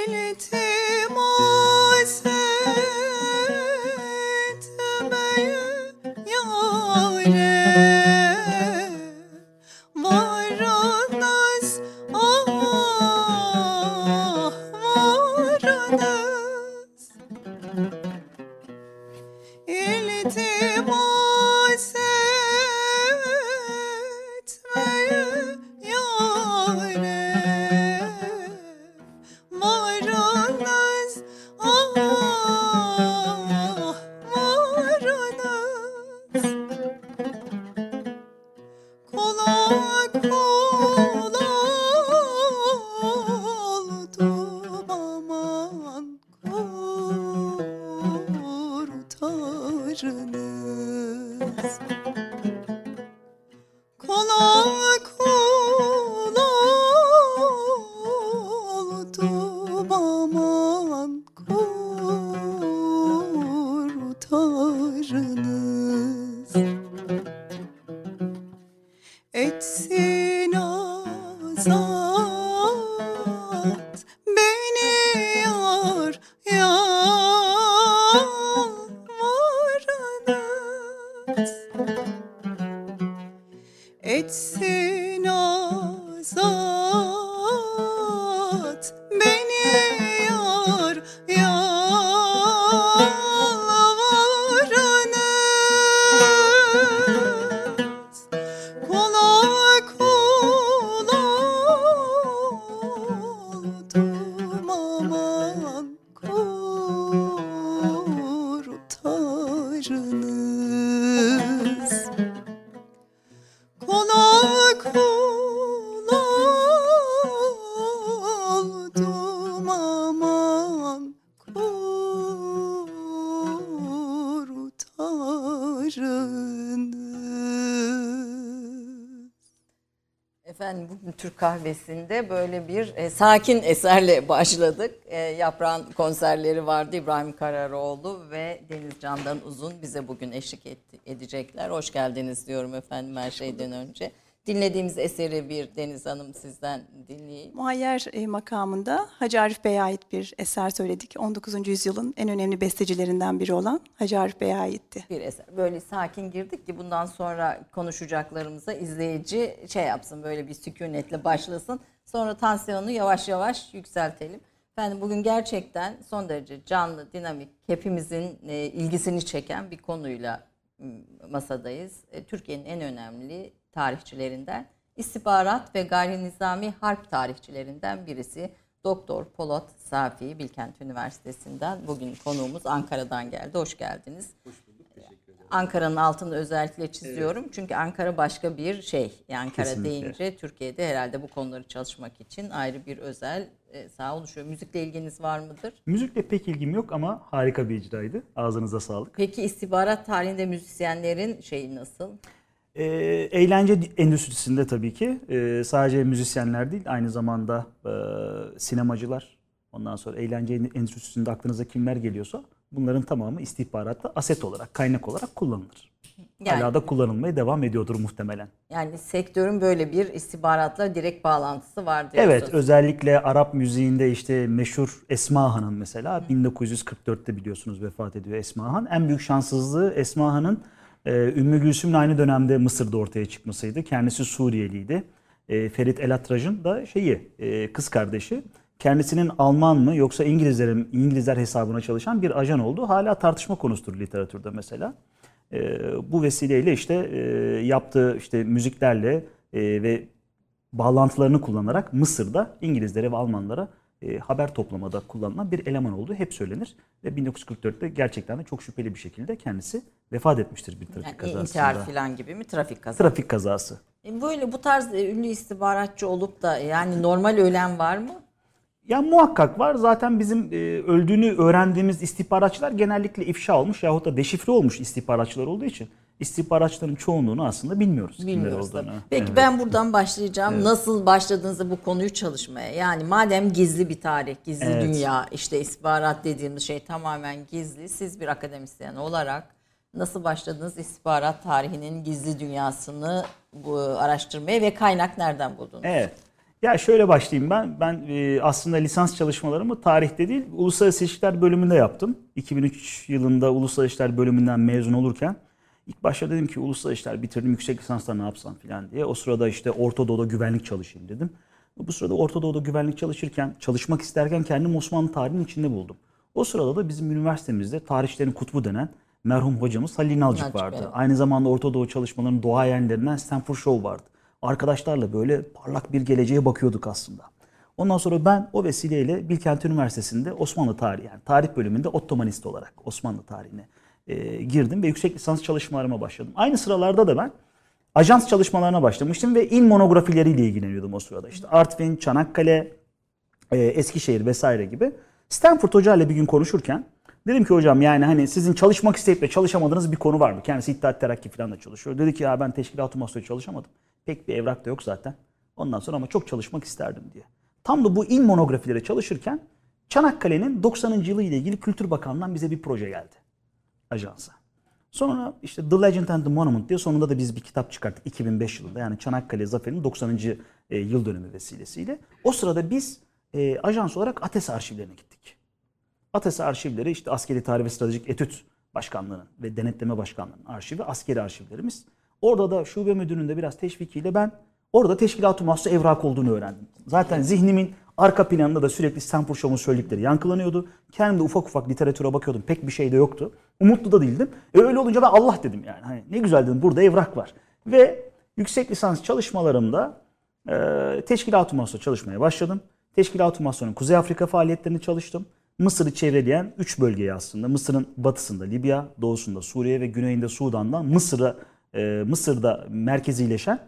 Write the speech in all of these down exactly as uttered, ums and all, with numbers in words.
İltimas etmeye yâre varınız, ah varınız. İltimas etmeye yâre varınız, ah varınız. Kola kola oldum aman kurtarınız. Kola kola oldum aman kurtarınız. Etsin azat beni yar yalvarınız. Etsin azat beni yar yalvarınız. Kola kola oldum aman kurtarınız. Kola kola oldum aman kurtarınız. Efendim bugün Türk Kahvesi'nde böyle bir e, sakin eserle başladık. E, Yaprağın konserleri vardı. İbrahim Kararoğlu ve Deniz Candan Uzun bize bugün eşlik etti, edecekler. Hoş geldiniz diyorum efendim her şeyden önce. Dinlediğimiz eseri bir Deniz Hanım sizden dinleyelim. Muayyer e, makamında Hacı Arif Bey'e ait bir eser söyledik. on dokuzuncu yüzyılın en önemli bestecilerinden biri olan Hacı Arif Bey'e aitti. Bir eser. Böyle sakin girdik ki bundan sonra konuşacaklarımıza izleyici şey yapsın, böyle bir sükunetle başlasın. Sonra tansiyonu yavaş yavaş yükseltelim. Efendim bugün gerçekten son derece canlı, dinamik, hepimizin e, ilgisini çeken bir konuyla m, masadayız. E, Türkiye'nin en önemli tarihçilerinden, istihbarat ve gayri nizami harp tarihçilerinden birisi Doktor Polat Safi, Bilkent Üniversitesi'nden. Bugün konuğumuz Ankara'dan geldi. Hoş geldiniz. Hoş bulduk. Teşekkür ederim. Ankara'nın altını özellikle çiziyorum. Evet. Çünkü Ankara başka bir şey. Yani Ankara Kesinlikle. deyince Türkiye'de herhalde bu konuları çalışmak için ayrı bir özel e, saha oluşuyor. Müzikle ilginiz var mıdır? Müzikle pek ilgim yok ama harika bir icraydı. Ağzınıza sağlık. Peki istihbarat tarihinde müzisyenlerin şeyi nasıl? Ee, eğlence endüstrisinde tabii ki e, sadece müzisyenler değil, aynı zamanda e, sinemacılar, ondan sonra eğlence endüstrisinde aklınıza kimler geliyorsa bunların tamamı istihbaratta aset olarak, kaynak olarak kullanılır. Yani, Hala da kullanılmaya devam ediyordur muhtemelen. Yani sektörün böyle bir istihbaratla direkt bağlantısı var diyorsunuz. Evet, özellikle Arap müziğinde işte meşhur Esma Han'ın mesela Hı. bin dokuz yüz kırk dörtte biliyorsunuz vefat ediyor Esma Han. En büyük şanssızlığı Esma Han'ın e, Ümmü Gülsüm'le aynı dönemde Mısır'da ortaya çıkmasıydı. Kendisi Suriyeliydi. E, Ferit El Atraj'ın da şeyi e, kız kardeşi. Kendisinin Alman mı yoksa İngilizlerin İngilizler hesabına çalışan bir ajan olduğu hala tartışma konusudur literatürde mesela. E, bu vesileyle işte e, yaptığı işte müziklerle e, ve bağlantılarını kullanarak Mısır'da İngilizlere ve Almanlara e, haber toplamada kullanılan bir eleman olduğu hep söylenir. Ve bin dokuz yüz kırk dörtte gerçekten de çok şüpheli bir şekilde kendisi vefat etmiştir bir trafik yani kazasında. İntihar falan gibi mi? Trafik kazası. Trafik kazası. E böyle bu tarz ünlü istihbaratçı olup da yani normal ölen var mı? Ya muhakkak var. Zaten bizim e, öldüğünü öğrendiğimiz istihbaratçılar genellikle ifşa olmuş yahut da deşifre olmuş istihbaratçılar olduğu için istihbaratçıların çoğunluğunu aslında bilmiyoruz. Bilmiyoruz kimler olduğunu. Peki evet. Ben buradan başlayacağım. Evet. Nasıl başladığınızda bu konuyu çalışmaya? Yani madem gizli bir tarih, gizli evet. dünya, işte istihbarat dediğimiz şey tamamen gizli. Siz bir akademisyen olarak nasıl başladınız istihbarat tarihinin gizli dünyasını bu araştırmaya ve kaynak nereden buldunuz? Evet. Ya şöyle başlayayım ben. Ben e, aslında lisans çalışmalarımı tarihte değil, Uluslararası İlişkiler bölümünde yaptım. iki bin üç yılında Uluslararası İlişkiler bölümünden mezun olurken ilk başta dedim ki uluslararası ilişkiler bitirdim, yüksek lisansla ne yapsam falan diye. O sırada işte Orta Doğu'da güvenlik çalışayım dedim. Bu sırada Orta Doğu'da güvenlik çalışırken, çalışmak isterken kendimi Osmanlı tarihinin içinde buldum. O sırada da bizim üniversitemizde tarihçilerin kutbu denen merhum hocamız Halil İnalcık İnalcık, vardı. evet. Aynı zamanda Orta Doğu çalışmalarının doğayenlerinden Stanford Show vardı. Arkadaşlarla böyle parlak bir geleceğe bakıyorduk aslında. Ondan sonra ben o vesileyle Bilkent Üniversitesi'nde Osmanlı tarihi, yani tarih bölümünde Ottomanist olarak Osmanlı tarihine e, girdim ve yüksek lisans çalışmalarıma başladım. Aynı sıralarda da ben ajans çalışmalarına başlamıştım ve il monografileriyle ilgileniyordum o sırada. İşte Artvin, Çanakkale, e, Eskişehir vesaire gibi. Stanford Hoca ile bir gün konuşurken dedim ki hocam, yani hani sizin çalışmak isteyip de çalışamadığınız bir konu var mı? Kendisi İttihat Terakki falan da çalışıyor. Dedi ki ya ben teşkilat-ı masada çalışamadım. Pek bir evrak da yok zaten. Ondan sonra ama çok çalışmak isterdim diye. Tam da bu il monografilere çalışırken Çanakkale'nin doksanıncı yılı ile ilgili Kültür Bakanlığı'ndan bize bir proje geldi ajansa. Sonra işte The Legend and the Monument diye sonunda da biz bir kitap çıkarttık iki bin beş yılında. Yani Çanakkale Zaferi'nin doksanıncı yıl dönümü vesilesiyle. O sırada biz e, ajans olarak ATES arşivlerine gittik. ATES arşivleri işte Askeri Tarih ve Stratejik Etüt Başkanlığı'nın ve Denetleme Başkanlığı'nın arşivi, askeri arşivlerimiz. Orada da şube müdürünün de biraz teşvikiyle ben orada teşkilat-ı mahsus evrak olduğunu öğrendim. Zaten zihnimin arka planında da sürekli Stanford Show'un söyledikleri yankılanıyordu. Kendim de ufak ufak literatüre bakıyordum. Pek bir şey de yoktu. Umutlu da değildim. E öyle olunca ben Allah dedim yani. Hani ne güzel dedim, burada evrak var. Ve yüksek lisans çalışmalarımda e, teşkilat-ı mahsusa çalışmaya başladım. Teşkilat-ı mahsusunun Kuzey Afrika faaliyetlerini çalıştım. Mısır'ı çevreleyen üç bölgeyi aslında. Mısır'ın batısında Libya, doğusunda Suriye ve güneyinde Sudan'dan Mısır'a e, Mısır'da merkezileşen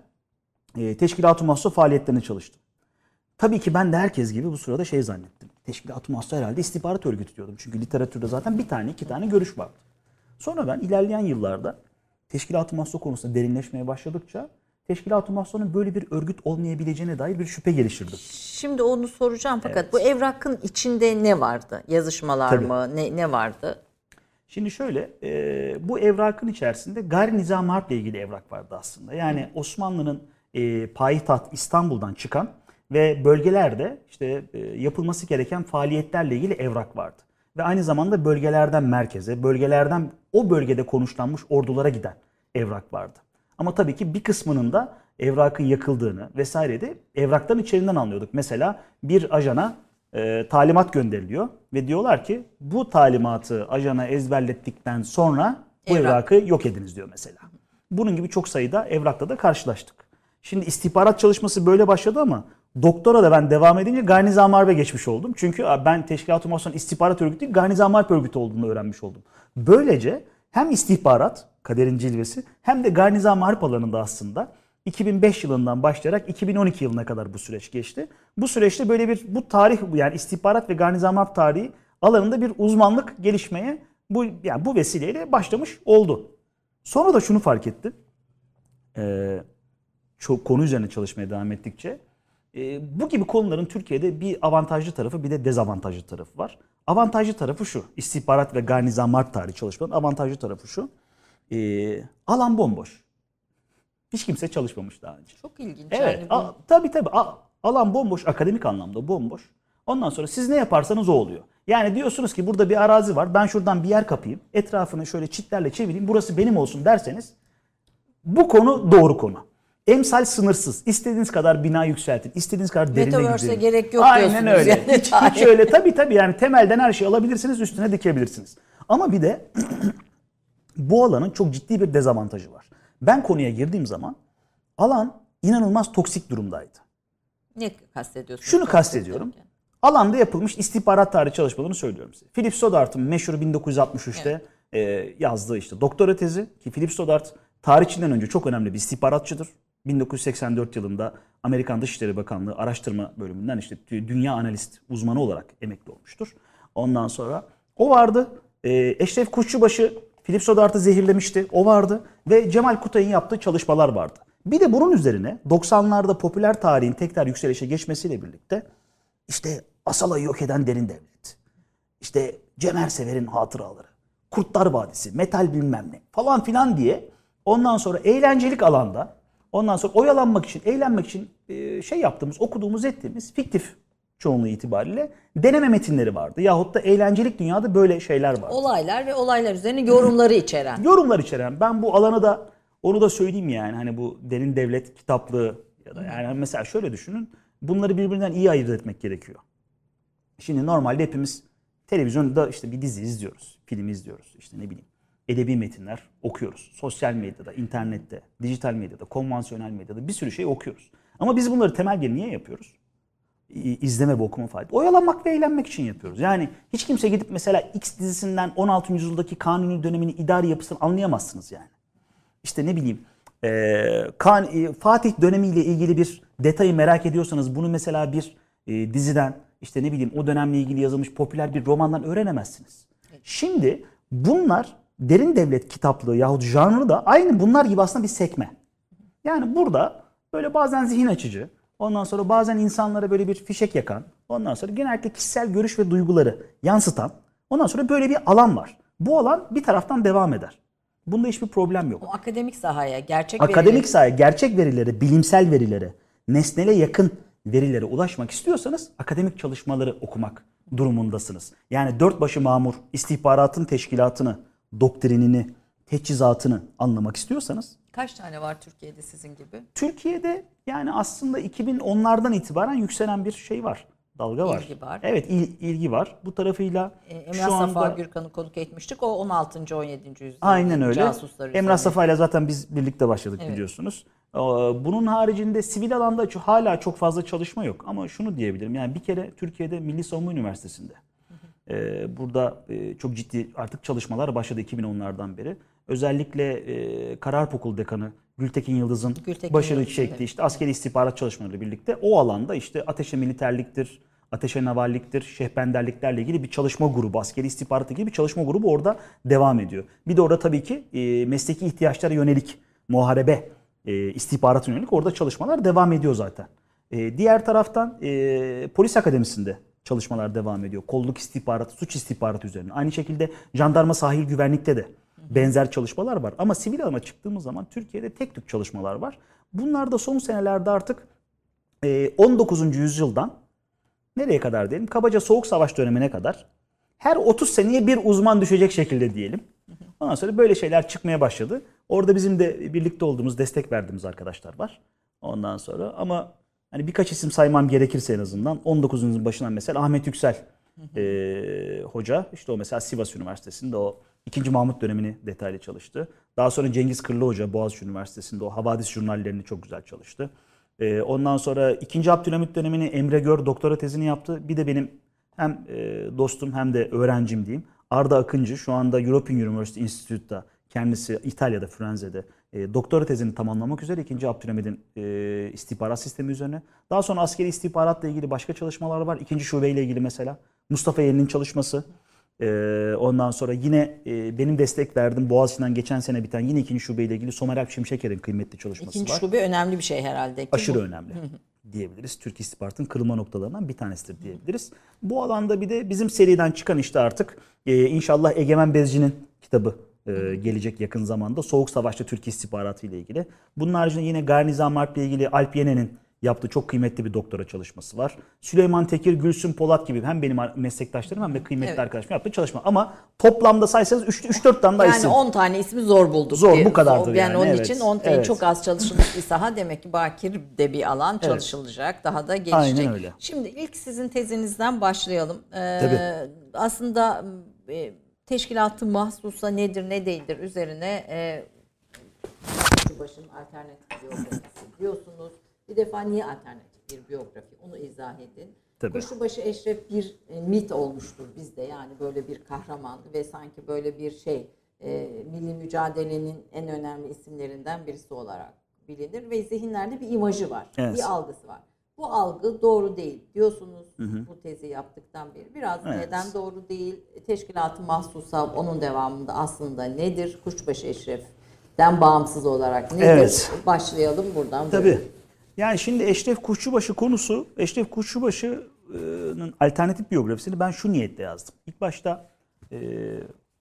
e, teşkilat-ı mahsusa faaliyetlerini çalıştım. Tabii ki ben de herkes gibi bu sırada şey zannettim. Teşkilat-ı mahsusa herhalde istihbarat örgütü diyordum. Çünkü literatürde zaten bir tane iki tane görüş vardı. Sonra ben ilerleyen yıllarda teşkilat-ı mahsusa konusunda derinleşmeye başladıkça teşkilat-ı mahsusanın böyle bir örgüt olmayabileceğine dair bir şüphe geliştirdim. Şimdi onu soracağım fakat Evet. bu evrakın içinde ne vardı? Yazışmalar Tabii. mı? Ne, ne vardı? Şimdi şöyle, e, bu evrakın içerisinde gayri nizam harp ile ilgili evrak vardı aslında. Yani Osmanlı'nın e, payitaht İstanbul'dan çıkan ve bölgelerde işte e, yapılması gereken faaliyetlerle ilgili evrak vardı. Ve aynı zamanda bölgelerden merkeze, bölgelerden o bölgede konuşlanmış ordulara giden evrak vardı. Ama tabii ki bir kısmının da evrakın yakıldığını vesaire de evraktan içeriğinden anlıyorduk. Mesela bir ajana e, talimat gönderiliyor ve diyorlar ki bu talimatı ajana ezberlettikten sonra bu Evrak. evrakı yok ediniz diyor mesela. Bunun gibi çok sayıda evrakla da karşılaştık. Şimdi istihbarat çalışması böyle başladı ama doktora da ben devam edince gayri nizam harbe geçmiş oldum. Çünkü ben teşkilat-ı mahsusanın istihbarat örgütü değil, gayri nizam harp örgütü olduğunu öğrenmiş oldum. Böylece hem istihbarat, kaderin cilvesi, hem de gayri nizam harp alanında aslında iki bin beş yılından başlayarak iki bin on iki yılına kadar bu süreç geçti. Bu süreçte böyle bir bu tarih, yani istihbarat ve gayri nizam harp tarihi alanında bir uzmanlık gelişmeye bu yani bu vesileyle başlamış oldu. Sonra da şunu fark ettim. Ee, çok konu üzerine çalışmaya devam ettikçe e, bu gibi konuların Türkiye'de bir avantajlı tarafı bir de dezavantajlı tarafı var. Avantajlı tarafı şu. İstihbarat ve gayri nizam harp tarihi çalışmanın avantajlı tarafı şu. E, alan bomboş. Hiç kimse çalışmamış daha önce. Çok ilginç. Evet. Yani bu- A, tabii tabii. A, alan bomboş, akademik anlamda bomboş. Ondan sonra siz ne yaparsanız o oluyor. Yani diyorsunuz ki burada bir arazi var. Ben şuradan bir yer kapayım. Etrafını şöyle çitlerle çevireyim. Burası benim olsun derseniz bu konu doğru konu. Emsal sınırsız. İstediğiniz kadar bina yükseltin. İstediğiniz kadar derine Metaverse'e gidelim. gerek yok Aynen diyorsunuz öyle. yani. Hiç, hiç öyle. Tabii tabii yani temelden her şeyi alabilirsiniz. Üstüne dikebilirsiniz. Ama bir de bu alanın çok ciddi bir dezavantajı var. Ben konuya girdiğim zaman alan inanılmaz toksik durumdaydı. Ne kastediyorsunuz? Şunu kastediyorum. Alanda yapılmış istihbarat tarihi çalışmalarını söylüyorum size. Philip Stoddard'ın meşhur bin dokuz yüz altmış üçte e, yazdığı işte doktora tezi, ki Philip Stoddard tarihçinden önce çok önemli bir istihbaratçıdır. bin dokuz yüz seksen dört yılında Amerikan Dışişleri Bakanlığı Araştırma Bölümünden işte dünya analist uzmanı olarak emekli olmuştur. Ondan sonra o vardı. E, Eşref Kuşçubaşı Philip Stoddard'ı zehirlemişti. O vardı. Ve Cemal Kutay'ın yaptığı çalışmalar vardı. Bir de bunun üzerine doksanlarda popüler tarihin tekrar yükselişe geçmesiyle birlikte işte Asala'yı yok eden derin devlet, İşte Cem Ersever'in hatıraları, Kurtlar Vadisi, metal bilmem ne falan filan diye ondan sonra eğlencelik alanda Ondan sonra oyalanmak için, eğlenmek için e, şey yaptığımız, okuduğumuz, ettiğimiz fiktif çoğunluğu itibariyle deneme metinleri vardı. Yahut da eğlencelik dünyada böyle şeyler vardı. Olaylar ve olaylar üzerine yorumları içeren. Yorumlar içeren. Ben bu alana da onu da söyleyeyim yani hani bu derin devlet kitaplığı ya da yani mesela şöyle düşünün. Bunları birbirinden iyi ayırt etmek gerekiyor. Şimdi normalde hepimiz televizyonda işte bir dizi izliyoruz, film izliyoruz, işte ne bileyim edebi metinler okuyoruz. Sosyal medyada, internette, dijital medyada, konvansiyonel medyada bir sürü şey okuyoruz. Ama biz bunları temel bir niye yapıyoruz? İzleme ve okuma faaliyeti. Oyalanmak ve eğlenmek için yapıyoruz. Yani hiç kimse gidip mesela X dizisinden on altıncı yüzyıldaki Kanuni dönemini, idari yapısını anlayamazsınız yani. İşte ne bileyim e, kan, e, Fatih dönemiyle ilgili bir detayı merak ediyorsanız bunu mesela bir e, diziden işte ne bileyim o dönemle ilgili yazılmış popüler bir romandan öğrenemezsiniz. Şimdi bunlar derin devlet kitaplığı yahut janrı da aynı bunlar gibi aslında bir sekme. Yani burada böyle bazen zihin açıcı, ondan sonra bazen insanlara böyle bir fişek yakan, ondan sonra genellikle kişisel görüş ve duyguları yansıtan, ondan sonra böyle bir alan var. Bu alan bir taraftan devam eder. Bunda hiçbir problem yok. O akademik sahaya, gerçek Akademik verileri... sahaya, gerçek verilere, bilimsel verilere, nesnele yakın verilere ulaşmak istiyorsanız akademik çalışmaları okumak durumundasınız. Yani dört başı mamur istihbaratın teşkilatını, doktrinini, teçhizatını anlamak istiyorsanız. Kaç tane var Türkiye'de sizin gibi? Türkiye'de yani aslında iki bin onlardan itibaren yükselen bir şey var. Dalga var. İlgi var. Evet, il, ilgi var. Bu tarafıyla e, Emrah şu anda... Safa Gürkan'ı konuk etmiştik. O on altıncı on yedinci yüzyıl. Aynen öyle. Casuslar Emrah Safa ile zaten biz birlikte başladık evet. biliyorsunuz. Bunun haricinde sivil alanda hala çok fazla çalışma yok. Ama şunu diyebilirim. Yani bir kere Türkiye'de Milli Savunma Üniversitesi'nde Ee, burada e, çok ciddi artık çalışmalar başladı iki bin onlardan beri. Özellikle e, Kararpokul Dekanı Gültekin Yıldız'ın Gültekin başarı Yıldız, çektiği evet. işte askeri istihbarat çalışmaları birlikte o alanda işte ateşe militerliktir, ateşe navalliktir, şehbenderliklerle ilgili bir çalışma grubu, askeri istihbaratla ilgili bir çalışma grubu orada devam ediyor. Bir de orada tabii ki e, mesleki ihtiyaçlara yönelik muharebe, e, istihbaratına yönelik orada çalışmalar devam ediyor zaten. E, diğer taraftan e, polis akademisinde çalışmalar devam ediyor. Kolluk istihbaratı, suç istihbaratı üzerine. Aynı şekilde jandarma sahil güvenlikte de benzer çalışmalar var. Ama sivil alana çıktığımız zaman Türkiye'de tek tük çalışmalar var. Bunlar da son senelerde artık on dokuzuncu yüzyıldan nereye kadar diyelim? Kabaca Soğuk Savaş dönemine kadar her otuz seneye bir uzman düşecek şekilde diyelim. Ondan sonra böyle şeyler çıkmaya başladı. Orada bizim de birlikte olduğumuz, destek verdiğimiz arkadaşlar var. Ondan sonra ama hani birkaç isim saymam gerekirse en azından on dokuzuncu başından mesela Ahmet Yüksel e, hoca işte o mesela Sivas Üniversitesi'nde o ikinci Mahmut dönemini detaylı çalıştı. Daha sonra Cengiz Kırlı Hoca Boğaziçi Üniversitesi'nde o havadis jurnallerini çok güzel çalıştı. E, ondan sonra ikinci Abdülhamit dönemini Emre Gör doktora tezini yaptı. Bir de benim hem e, dostum hem de öğrencim diyeyim. Arda Akıncı şu anda European University Institute'da kendisi İtalya'da Firenze'de e, doktora tezini tamamlamak üzere ikinci Abdülhamid'in e, istihbarat sistemi üzerine. Daha sonra askeri istihbaratla ilgili başka çalışmalar var. İkinci şubeyle ilgili mesela Mustafa Yel'in çalışması. E, ondan sonra yine e, benim destek verdiğim Boğaziçi'nden geçen sene biten yine ikinci şubeyle ilgili Somer Alp Şimşeker'in kıymetli çalışması İkinci var. İkinci şube önemli bir şey herhalde. Ki Aşırı bu? önemli diyebiliriz. Türk istihbaratının kırılma noktalarından bir tanesidir diyebiliriz. Bu alanda bir de bizim seriden çıkan işte artık e, inşallah Egemen Bezci'nin kitabı e, gelecek yakın zamanda. Soğuk Savaş'ta Türk istihbaratı ile ilgili. Bunun haricinde yine Garnizam Alp ile ilgili Alp Yenen'in yaptığı çok kıymetli bir doktora çalışması var. Süleyman Tekir, Gülsüm Polat gibi hem benim meslektaşlarım hem de kıymetli Evet. arkadaşlarım yaptığı çalışma. Ama toplamda saysanız üç dört tane daha Yani isim. on tane ismi zor bulduk. Zor, diye. bu kadardır yani. yani, onun evet, için on evet. çok az çalışılmış bir saha. Demek ki bakir de bir alan çalışılacak. Daha da gelişecek. Aynen öyle. Şimdi ilk sizin tezinizden başlayalım. Ee, Tabii. Aslında e, teşkilat-ı mahsusa nedir ne değildir üzerine e, Kuşçubaşı'nın alternatif biyografisi diyorsunuz. Bir defa niye alternatif bir biyografi? Onu izah edin. Tabii. Kuşçubaşı Eşref bir e, mit olmuştur bizde. Yani böyle bir kahraman ve sanki böyle bir şey e, milli mücadelenin en önemli isimlerinden birisi olarak bilinir ve zihinlerde bir imajı var. Evet. Bir algısı var. Bu algı doğru değil diyorsunuz hı hı. bu tezi yaptıktan beri. Biraz Evet. neden doğru değil? Teşkilat-ı mahsusa onun devamında aslında nedir? Kuşçubaşı Eşref'ten bağımsız olarak nedir? Evet. Başlayalım buradan. Tabii. Böyle. Yani şimdi Eşref Kuşçubaşı konusu, Eşref Kuşçubaşı'nın alternatif biyografisini ben şu niyetle yazdım. İlk başta e,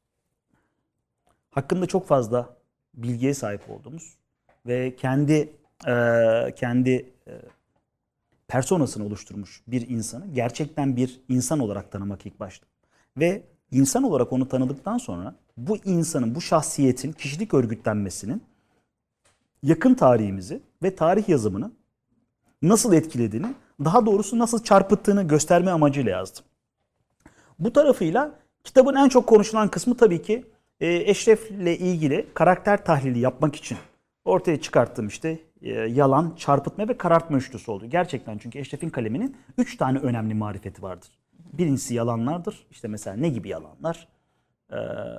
hakkında çok fazla bilgiye sahip olduğumuz ve kendi e, kendi e, personasını oluşturmuş bir insanı gerçekten bir insan olarak tanımak ilk başta. Ve insan olarak onu tanıdıktan sonra bu insanın, bu şahsiyetin kişilik örgütlenmesinin yakın tarihimizi ve tarih yazımını nasıl etkilediğini, daha doğrusu nasıl çarpıttığını gösterme amacıyla yazdım. Bu tarafıyla kitabın en çok konuşulan kısmı tabii ki e, Eşref'le ilgili karakter tahlili yapmak için ortaya çıkarttığım işte e, yalan, çarpıtma ve karartma üçlüsü oldu. Gerçekten çünkü Eşref'in kaleminin üç tane önemli marifeti vardır. Birincisi yalanlardır. İşte mesela ne gibi yalanlar? Ee,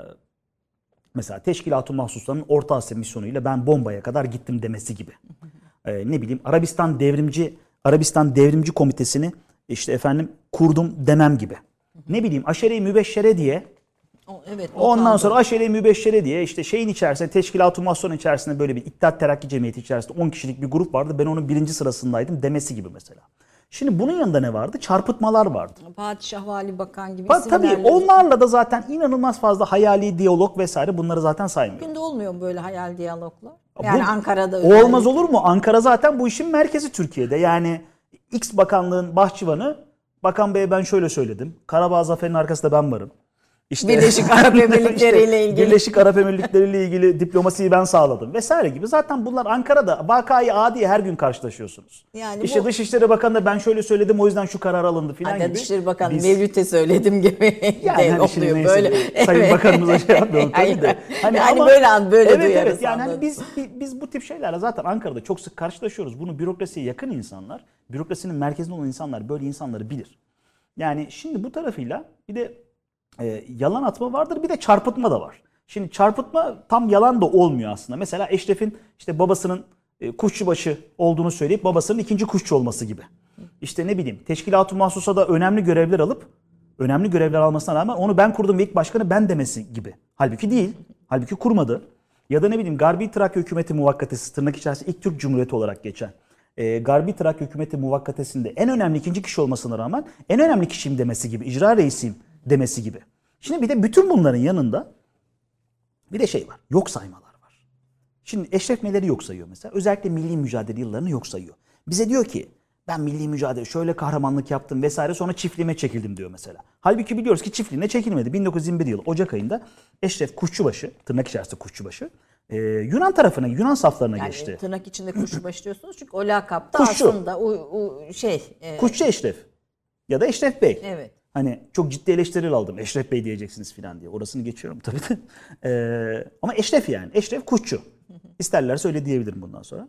mesela Teşkilat-ı Mahsuslar'ın Orta Asya misyonuyla ben bombaya kadar gittim demesi gibi. Ee, ne bileyim Arabistan Devrimci Arabistan Devrimci Komitesi'ni işte efendim kurdum demem gibi. Ne bileyim Aşere-i Mübeşşere diye O, evet. ondan utandım. sonra Aşere-i Mübeşşere diye işte şeyin içerisinde Teşkilat-ı Mahsuslar'ın içerisinde böyle bir İttihat Terakki Cemiyeti içerisinde on kişilik bir grup vardı. Ben onun birinci sırasındaydım demesi gibi mesela. Şimdi bunun yanında ne vardı? Çarpıtmalar vardı. Padişah, vali, bakan gibi Bak tabii isimlerle. onlarla da zaten inanılmaz fazla hayali diyalog vesaire bunları zaten saymıyorum. Bugün de olmuyor mu böyle hayal diyaloglar? Yani Bu- Ankara'da özellikle. Olmaz olur mu? Ankara zaten bu işin merkezi Türkiye'de. Yani X bakanlığın bahçıvanı, bakan beye ben şöyle söyledim. Karabağ Zaferi'nin arkasında ben varım. İşte, Birleşik Arap Emirlikleri ile ilgili. Birleşik Arap Emirlikleri ile ilgili diplomasiyi ben sağladım vesaire gibi. Zaten bunlar Ankara'da vakayı adiye her gün karşılaşıyorsunuz. Yani işte bu- Dışişleri Bakanı da ben şöyle söyledim o yüzden şu karar alındı falan Hatta gibi. Dışişleri Bakanı Biz- Mevlüt'e söyledim gibi Yani de hani şimdi oluyor neyse, böyle. Sayın Evet. Bakanımıza şey yapmayalım tabii de. Hani, hani böyle an böyle evet, duyarız. Evet yani hani anladım. biz bi- biz bu tip şeylerle zaten Ankara'da çok sık karşılaşıyoruz. Bunu bürokrasiye yakın insanlar, bürokrasinin merkezinde olan insanlar böyle insanları bilir. Yani şimdi bu tarafıyla bir de e, yalan atma vardır, bir de çarpıtma da var. Şimdi çarpıtma tam yalan da olmuyor aslında. Mesela Eşref'in işte babasının e, kuşçubaşı olduğunu söyleyip babasının ikinci kuşçu olması gibi. İşte ne bileyim Teşkilat-ı Mahsusa'da önemli görevler alıp önemli görevler almasına rağmen onu ben kurdum ve ilk başkanı ben demesi gibi. Halbuki değil. Halbuki kurmadı. Ya da ne bileyim Garbi Trakya Hükümeti Muvakkatesi tırnak içerisinde ilk Türk Cumhuriyeti olarak geçen. E, Garbi Trakya Hükümeti Muvakkatesi'nde en önemli ikinci kişi olmasına rağmen en önemli kişiyim demesi gibi. İcra reisiyim demesi gibi. Şimdi bir de bütün bunların yanında bir de şey var. Yok saymalar var. Şimdi Eşref neleri yok sayıyor mesela? Özellikle milli mücadele yıllarını yok sayıyor. Bize diyor ki ben milli mücadele şöyle kahramanlık yaptım vesaire sonra çiftliğime çekildim diyor mesela. Halbuki biliyoruz ki çiftliğine çekilmedi. bin dokuz yüz yirmi bir yılı Ocak ayında Eşref Kuşçubaşı, tırnak içerisinde Kuşçubaşı, e, Yunan tarafına, Yunan saflarına Yani geçti. tırnak içinde kuşçubaşı diyorsunuz çünkü o lakapta Kuşçu. aslında o, o şey. E, Kuşçu Eşref ya da Eşref Bey. Evet. Hani çok ciddi eleştiriler aldım. Eşref Bey diyeceksiniz falan diye. Orasını geçiyorum tabii de. Ee, ama Eşref yani. Eşref Kuşçu. İsterlerse öyle diyebilirim bundan sonra.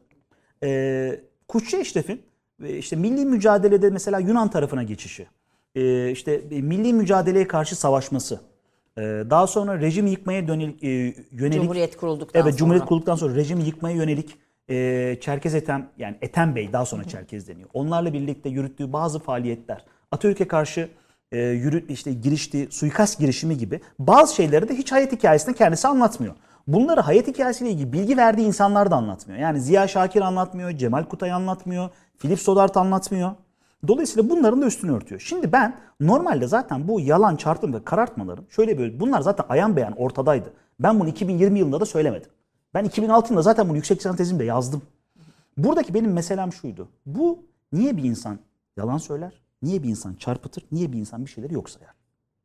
Ee, Kuşçu Eşref'in e, işte milli mücadelede mesela Yunan tarafına geçişi, e, işte milli mücadeleye karşı savaşması, e, daha sonra rejimi yıkmaya dönelik, e, yönelik... Cumhuriyet kurulduktan Evet, sonra. Cumhuriyet kurulduktan sonra rejimi yıkmaya yönelik e, Çerkez Ethem, yani Ethem Bey daha sonra Çerkez deniyor. Onlarla birlikte yürüttüğü bazı faaliyetler, Atatürk'e karşı e, yürüt işte giriştiği suikast girişimi gibi bazı şeyleri de hiç hayat hikayesinde kendisi anlatmıyor. Bunları hayat hikayesiyle ilgili bilgi verdiği insanlar da anlatmıyor. Yani Ziya Şakir anlatmıyor, Cemal Kutay anlatmıyor, Philip Sodart anlatmıyor. Dolayısıyla bunların da üstünü örtüyor. Şimdi ben normalde zaten bu yalan, çarpıtma ve karartmaların şöyle böyle bunlar zaten ayan beyan ortadaydı. Ben bunu iki bin yirmi yılında da söylemedim. Ben iki bin altı yılında zaten bunu yüksek lisans tezimde yazdım. Buradaki benim meselem şuydu. Bu niye bir insan yalan söyler? Niye bir insan çarpıtır? Niye bir insan bir şeyleri yok sayar?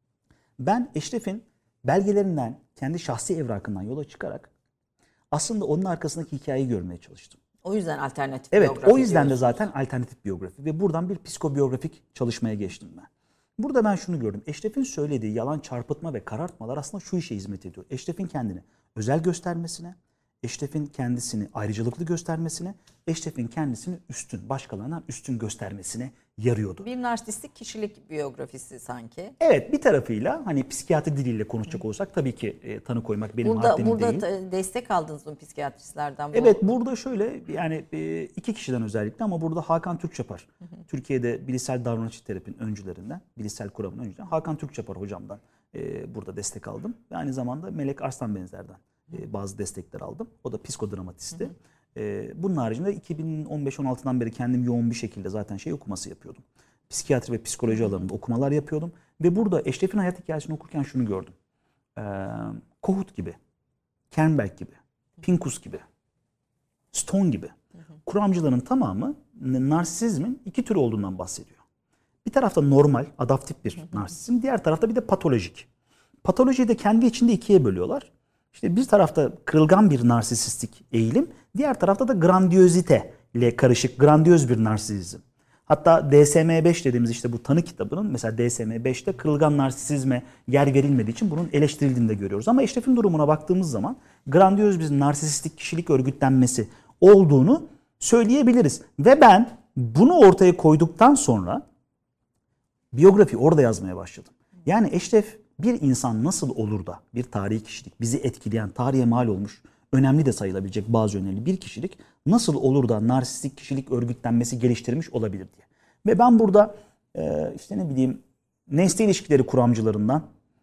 Ben Eşref'in belgelerinden, kendi şahsi evrakından yola çıkarak aslında onun arkasındaki hikayeyi görmeye çalıştım. O yüzden alternatif Evet, biyografi o yüzden de diyorsunuz. zaten alternatif biyografi ve buradan bir psikobiyografik çalışmaya geçtim ben. Burada ben şunu gördüm. Eşref'in söylediği yalan, çarpıtma ve karartmalar aslında şu işe hizmet ediyor. Eşref'in kendini özel göstermesine, Eşref'in kendisini ayrıcalıklı göstermesine, Eşref'in kendisini üstün, başkalarından üstün göstermesine yarıyordu. Bir narsistik kişilik biyografisi sanki. Evet, bir tarafıyla hani psikiyatri diliyle konuşacak olsak tabii ki e, tanı koymak benim Burada haddim burada değil. ta- destek aldınız mı psikiyatristlerden? Bu? Evet, burada şöyle yani e, iki kişiden özellikle ama burada Hakan Türkçapar. Türkiye'de bilişsel davranışçı terapinin öncülerinden, bilişsel kuramın öncülerinden Hakan Türkçapar hocamdan e, burada destek aldım. Ve aynı zamanda Melek Arslan Benzer'den e, bazı destekler aldım. O da psikodramatisti. E, bunun haricinde iki bin on beş on altıdan beri kendim yoğun bir şekilde zaten şey okuması yapıyordum. Psikiyatri ve psikoloji alanında okumalar yapıyordum. Ve burada Eşref'in hayat hikayesini okurken şunu gördüm. E, Kohut gibi, Kernberg gibi, Pincus gibi, Stone gibi kuramcıların tamamı narsisizmin iki türü olduğundan bahsediyor. Bir tarafta normal, adaptif bir narsizm, diğer tarafta bir de patolojik. Patolojiyi de kendi içinde ikiye bölüyorlar. İşte bir tarafta kırılgan bir narsisistik eğilim, diğer tarafta da grandiyozite ile karışık grandiyöz bir narsizm. Hatta D S M beş dediğimiz işte bu tanı kitabının mesela D S M beşte kırılgan narsisizme yer verilmediği için bunun eleştirildiğini de görüyoruz. Ama Eşref'in durumuna baktığımız zaman grandiyöz bir narsisistik kişilik örgütlenmesi olduğunu söyleyebiliriz. Ve ben bunu ortaya koyduktan sonra biyografi orada yazmaya başladım. Yani Eşref bir insan nasıl olur da bir tarihi kişilik, bizi etkileyen, tarihe mal olmuş, önemli de sayılabilecek bazı önemli bir kişilik nasıl olur da narsistik kişilik örgütlenmesi geliştirmiş olabilir diye. Ve ben burada e, işte ne bileyim nesne ilişkileri kuramcılarından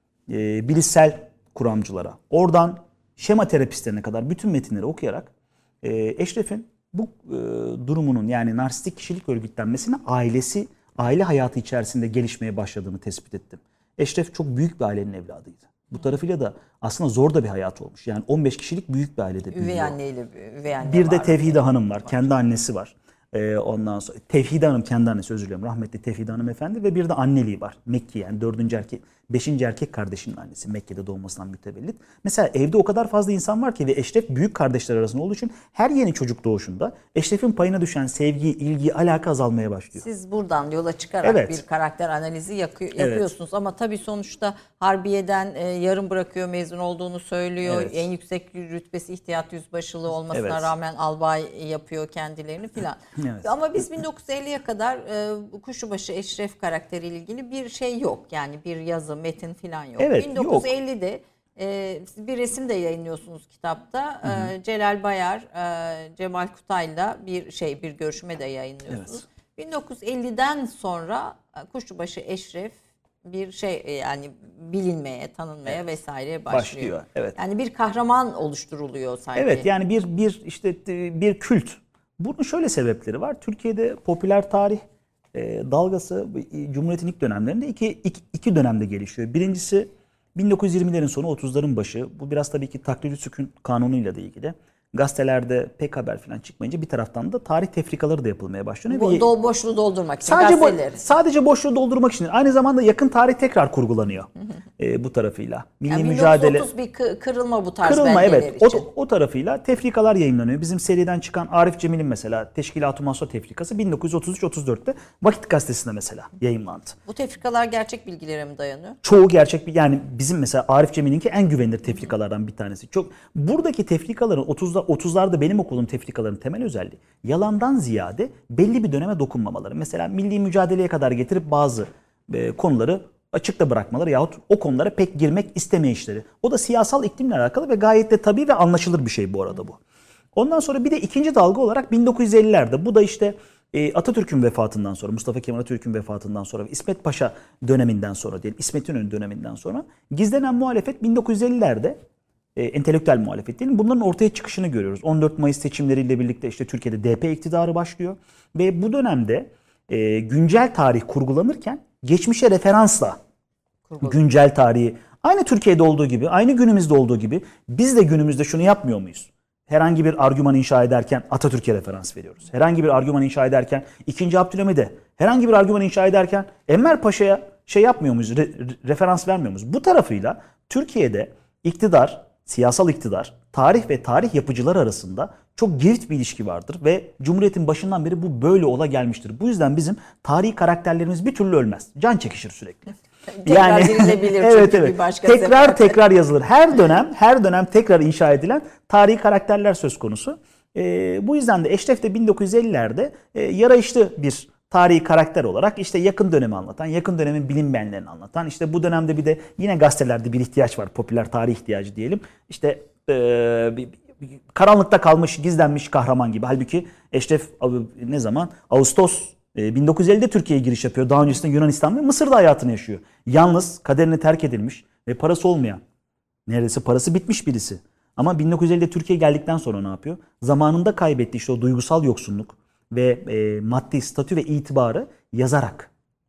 e, bilişsel kuramcılara, oradan şema terapistlerine kadar bütün metinleri okuyarak e, Eşref'in bu e, durumunun yani narsistik kişilik örgütlenmesine ailesi, aile hayatı içerisinde gelişmeye başladığını tespit ettim. Eşref çok büyük bir ailenin evladıydı. Bu tarafıyla da aslında zor da bir hayat olmuş. Yani on beş kişilik büyük bir ailede büyüyor. Üvey anneyle üvey anne Bir de var. Tevhide Hanım var. Kendi annesi var. Ee, ondan sonra Tevhide Hanım kendi annesi, özür dilerim. Rahmetli Tevhide Hanım efendi ve bir de anneliği var. Mekki yani dördüncü erkek, beşinci erkek kardeşinin annesi. Mekke'de doğmasından mütevellit. Mesela evde o kadar fazla insan var ki ve Eşref büyük kardeşler arasında olduğu için her yeni çocuk doğuşunda Eşref'in payına düşen sevgi, ilgi, alaka azalmaya başlıyor. Siz buradan yola çıkarak Evet. bir karakter analizi yakı- yapıyorsunuz evet. Ama tabii sonuçta Harbiye'den e, yarım bırakıyor, mezun olduğunu söylüyor. Evet. En yüksek rütbesi ihtiyat yüzbaşılığı olmasına evet. rağmen albay yapıyor kendilerini filan. Evet. Ama biz bin dokuz yüz elliye kadar e, Kuşçubaşı Eşref karakteriyle ilgili bir şey yok. Yani bir yazı, metin filan yok. Evet, bin dokuz yüz ellide e, bir resim de yayınlıyorsunuz kitapta. Hı hı. E, Celal Bayar, e, Cemal Kutay'la bir şey bir görüşme de yayınlıyorsunuz. Evet. bin dokuz yüz elliden sonra Kuşçubaşı Eşref bir şey yani bilinmeye, tanınmaya evet. vesaire başlıyor. başlıyor. Evet. Yani bir kahraman oluşturuluyor sanki. Evet, yani bir bir işte bir kült. Bunun şöyle sebepleri var. Türkiye'de popüler tarih e, dalgası Cumhuriyet'in ilk dönemlerinde iki, iki, iki dönemde gelişiyor. Birincisi bin dokuz yüz yirmilerin sonu otuzların başı. Bu biraz tabii ki taklidi sükun kanunuyla da ilgili. Gazetelerde pek haber falan çıkmayınca bir taraftan da tarih tefrikaları da yapılmaya başlanıyor. Bu, do, boşluğu doldurmak için sadece gazeteleri. Bo- sadece boşluğu doldurmak için. Aynı zamanda yakın tarih tekrar kurgulanıyor e, bu tarafıyla. Milli yani mücadele. bin dokuz yüz otuz bir kırılma bu tarz kırılma, belgeler evet. için. O, o tarafıyla tefrikalar yayınlanıyor. Bizim seriden çıkan Arif Cemil'in mesela Teşkilat-ı Maso tefrikası bin dokuz yüz otuz üç otuz dörtte Vakit Gazetesi'nde mesela yayınlandı. Bu tefrikalar gerçek bilgilere mi dayanıyor? Çoğu gerçek bir, yani bizim mesela Arif Cemil'inki en güvenilir tefrikalardan bir tanesi. Çok buradaki tefrikaların otuzda otuzlarda benim okuduğum tefrikaların temel özelliği yalandan ziyade belli bir döneme dokunmamaları. Mesela milli mücadeleye kadar getirip bazı e, konuları açıkta bırakmaları yahut o konulara pek girmek istemeyişleri. O da siyasal iklimle alakalı ve gayet de tabii ve anlaşılır bir şey bu arada bu. Ondan sonra bir de ikinci dalga olarak bin dokuz yüz ellilerde bu da işte e, Atatürk'ün vefatından sonra, Mustafa Kemal Atatürk'ün vefatından sonra ve İsmet Paşa döneminden sonra diyelim, İsmet İnönü döneminden sonra gizlenen muhalefet bin dokuz yüz ellilerde E, entelektüel muhalefet değil mi? Bunların ortaya çıkışını görüyoruz. on dört Mayıs seçimleriyle birlikte işte Türkiye'de D P iktidarı başlıyor. Ve bu dönemde e, güncel tarih kurgulanırken geçmişe referansla Kurgul. güncel tarihi aynı Türkiye'de olduğu gibi, aynı günümüzde olduğu gibi biz de günümüzde şunu yapmıyor muyuz? Herhangi bir argüman inşa ederken Atatürk'e referans veriyoruz. Herhangi bir argüman inşa ederken ikinci. Abdülhamid'e, herhangi bir argüman inşa ederken Enver Paşa'ya şey yapmıyor muyuz? Re, referans vermiyor muyuz? Bu tarafıyla Türkiye'de iktidar, siyasal iktidar, tarih ve tarih yapıcılar arasında çok girift bir ilişki vardır ve Cumhuriyet'in başından beri bu böyle ola gelmiştir. Bu yüzden bizim tarihi karakterlerimiz bir türlü ölmez. Can çekişir sürekli. Tekrar dirilebilir evet, çünkü evet. bir başka tekrar sefer. tekrar yazılır. Her dönem her dönem tekrar inşa edilen tarihi karakterler söz konusu. Ee, bu yüzden de Eşref de bin dokuz yüz ellilerde e, yarayışlı bir tarihi karakter olarak işte yakın dönemi anlatan, yakın dönemin bilinmeyenlerini anlatan, işte bu dönemde bir de yine gazetelerde bir ihtiyaç var, popüler tarih ihtiyacı diyelim. İşte e, bir, bir, karanlıkta kalmış, gizlenmiş kahraman gibi. Halbuki Eşref ne zaman? Ağustos e, bin dokuz yüz ellide Türkiye'ye giriş yapıyor. Daha öncesinde Yunanistan ve Mısır'da hayatını yaşıyor. Yalnız, kaderine terk edilmiş ve parası olmayan, neredeyse parası bitmiş birisi. Ama bin dokuz yüz ellide Türkiye'ye geldikten sonra ne yapıyor? Zamanında kaybettiği işte o duygusal yoksunluk ve e, maddi statü ve itibarı yazarak,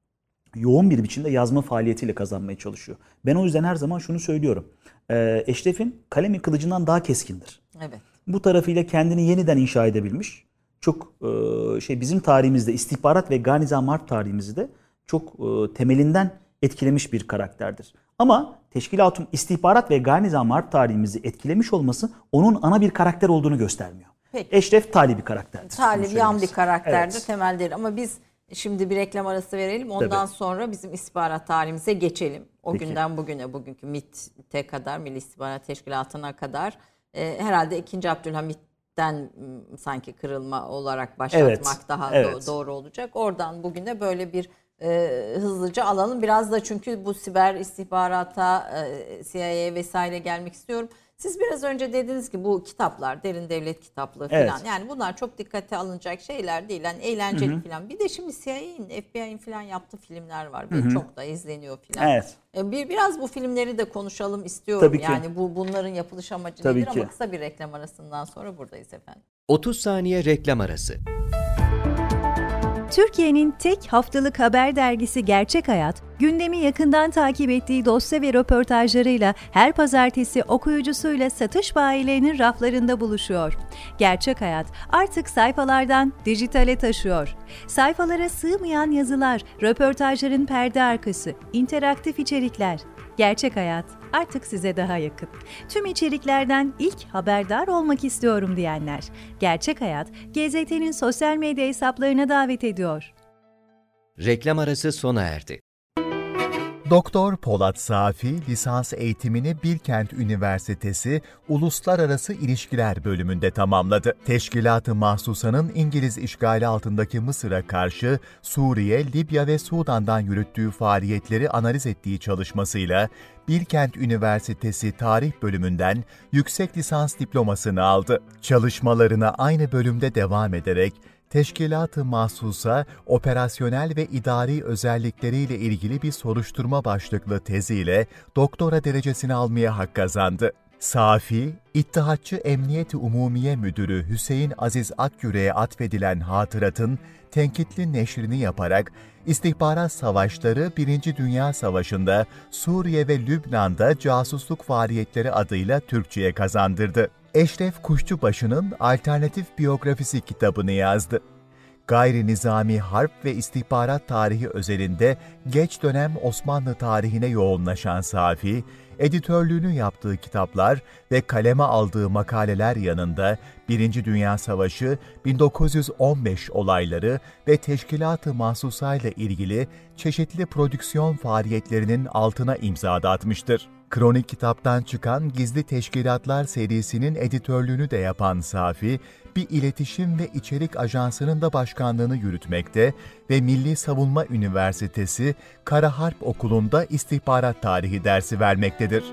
yoğun bir biçimde yazma faaliyetiyle kazanmaya çalışıyor. Ben o yüzden her zaman şunu söylüyorum. E, Eşref'in kalemi kılıcından daha keskindir. Evet. Bu tarafıyla kendini yeniden inşa edebilmiş. çok e, şey bizim tarihimizde istihbarat ve Gani Mart tarihimizde çok e, temelinden etkilemiş bir karakterdir. Ama teşkilatın istihbarat ve Gani Mart tarihimizi etkilemiş olması onun ana bir karakter olduğunu göstermiyor. Peki. Eşref tali bir karakterdir. Talip yan bir karakterdir, Evet. temel değil. Ama biz şimdi bir reklam arası verelim. Ondan Tabii. sonra bizim istihbarat tarihimize geçelim. O Peki. günden bugüne, bugünkü MİT'e kadar, Milli İstihbarat Teşkilatı'na kadar e, herhalde ikinci. Abdülhamit'ten m, sanki kırılma olarak başlatmak Evet. daha Evet. do- doğru olacak. Oradan bugüne böyle bir e, hızlıca alalım. Biraz da çünkü bu siber istihbarata, e, C I A'ye vesaire gelmek istiyorum. Siz biraz önce dediniz ki bu kitaplar, derin devlet kitaplığı falan. Evet. Yani bunlar çok dikkate alınacak şeyler değil. Yani eğlenceli falan. Bir de şimdi C I A'nin, F B I'nin falan yaptığı filmler var. Ve çok da izleniyor falan. Evet. E, Bir biraz bu filmleri de konuşalım istiyorum. Tabii ki. Yani bu bunların yapılış amacı Tabii nedir ki. ama kısa bir reklam arasından sonra buradayız efendim. otuz saniye reklam arası. Türkiye'nin tek haftalık haber dergisi Gerçek Hayat, gündemi yakından takip ettiği dosya ve röportajlarıyla her pazartesi okuyucusuyla satış bayilerinin raflarında buluşuyor. Gerçek Hayat artık sayfalardan dijitale taşıyor. Sayfalara sığmayan yazılar, röportajların perde arkası, interaktif içerikler. Gerçek Hayat artık size daha yakın. Tüm içeriklerden ilk haberdar olmak istiyorum diyenler. Gerçek Hayat, G Z T'nin sosyal medya hesaplarına davet ediyor. Reklam arası sona erdi. Doktor Polat Safi lisans eğitimini Bilkent Üniversitesi Uluslararası İlişkiler bölümünde tamamladı. Teşkilat-ı Mahsusa'nın İngiliz işgali altındaki Mısır'a karşı Suriye, Libya ve Sudan'dan yürüttüğü faaliyetleri analiz ettiği çalışmasıyla Bilkent Üniversitesi Tarih Bölümünden yüksek lisans diplomasını aldı. Çalışmalarına aynı bölümde devam ederek Teşkilat-ı Mahsusa, operasyonel ve idari özellikleriyle ilgili bir soruşturma başlıklı teziyle doktora derecesini almaya hak kazandı. Safi, İttihatçı Emniyet-i Umumiye Müdürü Hüseyin Aziz Akyürek'e atfedilen hatıratın tenkitli neşrini yaparak istihbarat savaşları Birinci Dünya Savaşı'nda Suriye ve Lübnan'da casusluk faaliyetleri adıyla Türkçe'ye kazandırdı. Eşref Kuşçubaşı'nın alternatif biyografisi kitabını yazdı. Gayri nizami harp ve istihbarat tarihi özelinde geç dönem Osmanlı tarihine yoğunlaşan Safi, editörlüğünü yaptığı kitaplar ve kaleme aldığı makaleler yanında Birinci Dünya Savaşı, bin dokuz yüz on beş olayları ve Teşkilat-ı Mahsusa ile ilgili çeşitli prodüksiyon faaliyetlerinin altına imza da atmıştır. Kronik kitaptan çıkan Gizli Teşkilatlar serisinin editörlüğünü de yapan Safi, bir iletişim ve içerik ajansının da başkanlığını yürütmekte ve Milli Savunma Üniversitesi Kara Harp Okulu'nda istihbarat tarihi dersi vermektedir.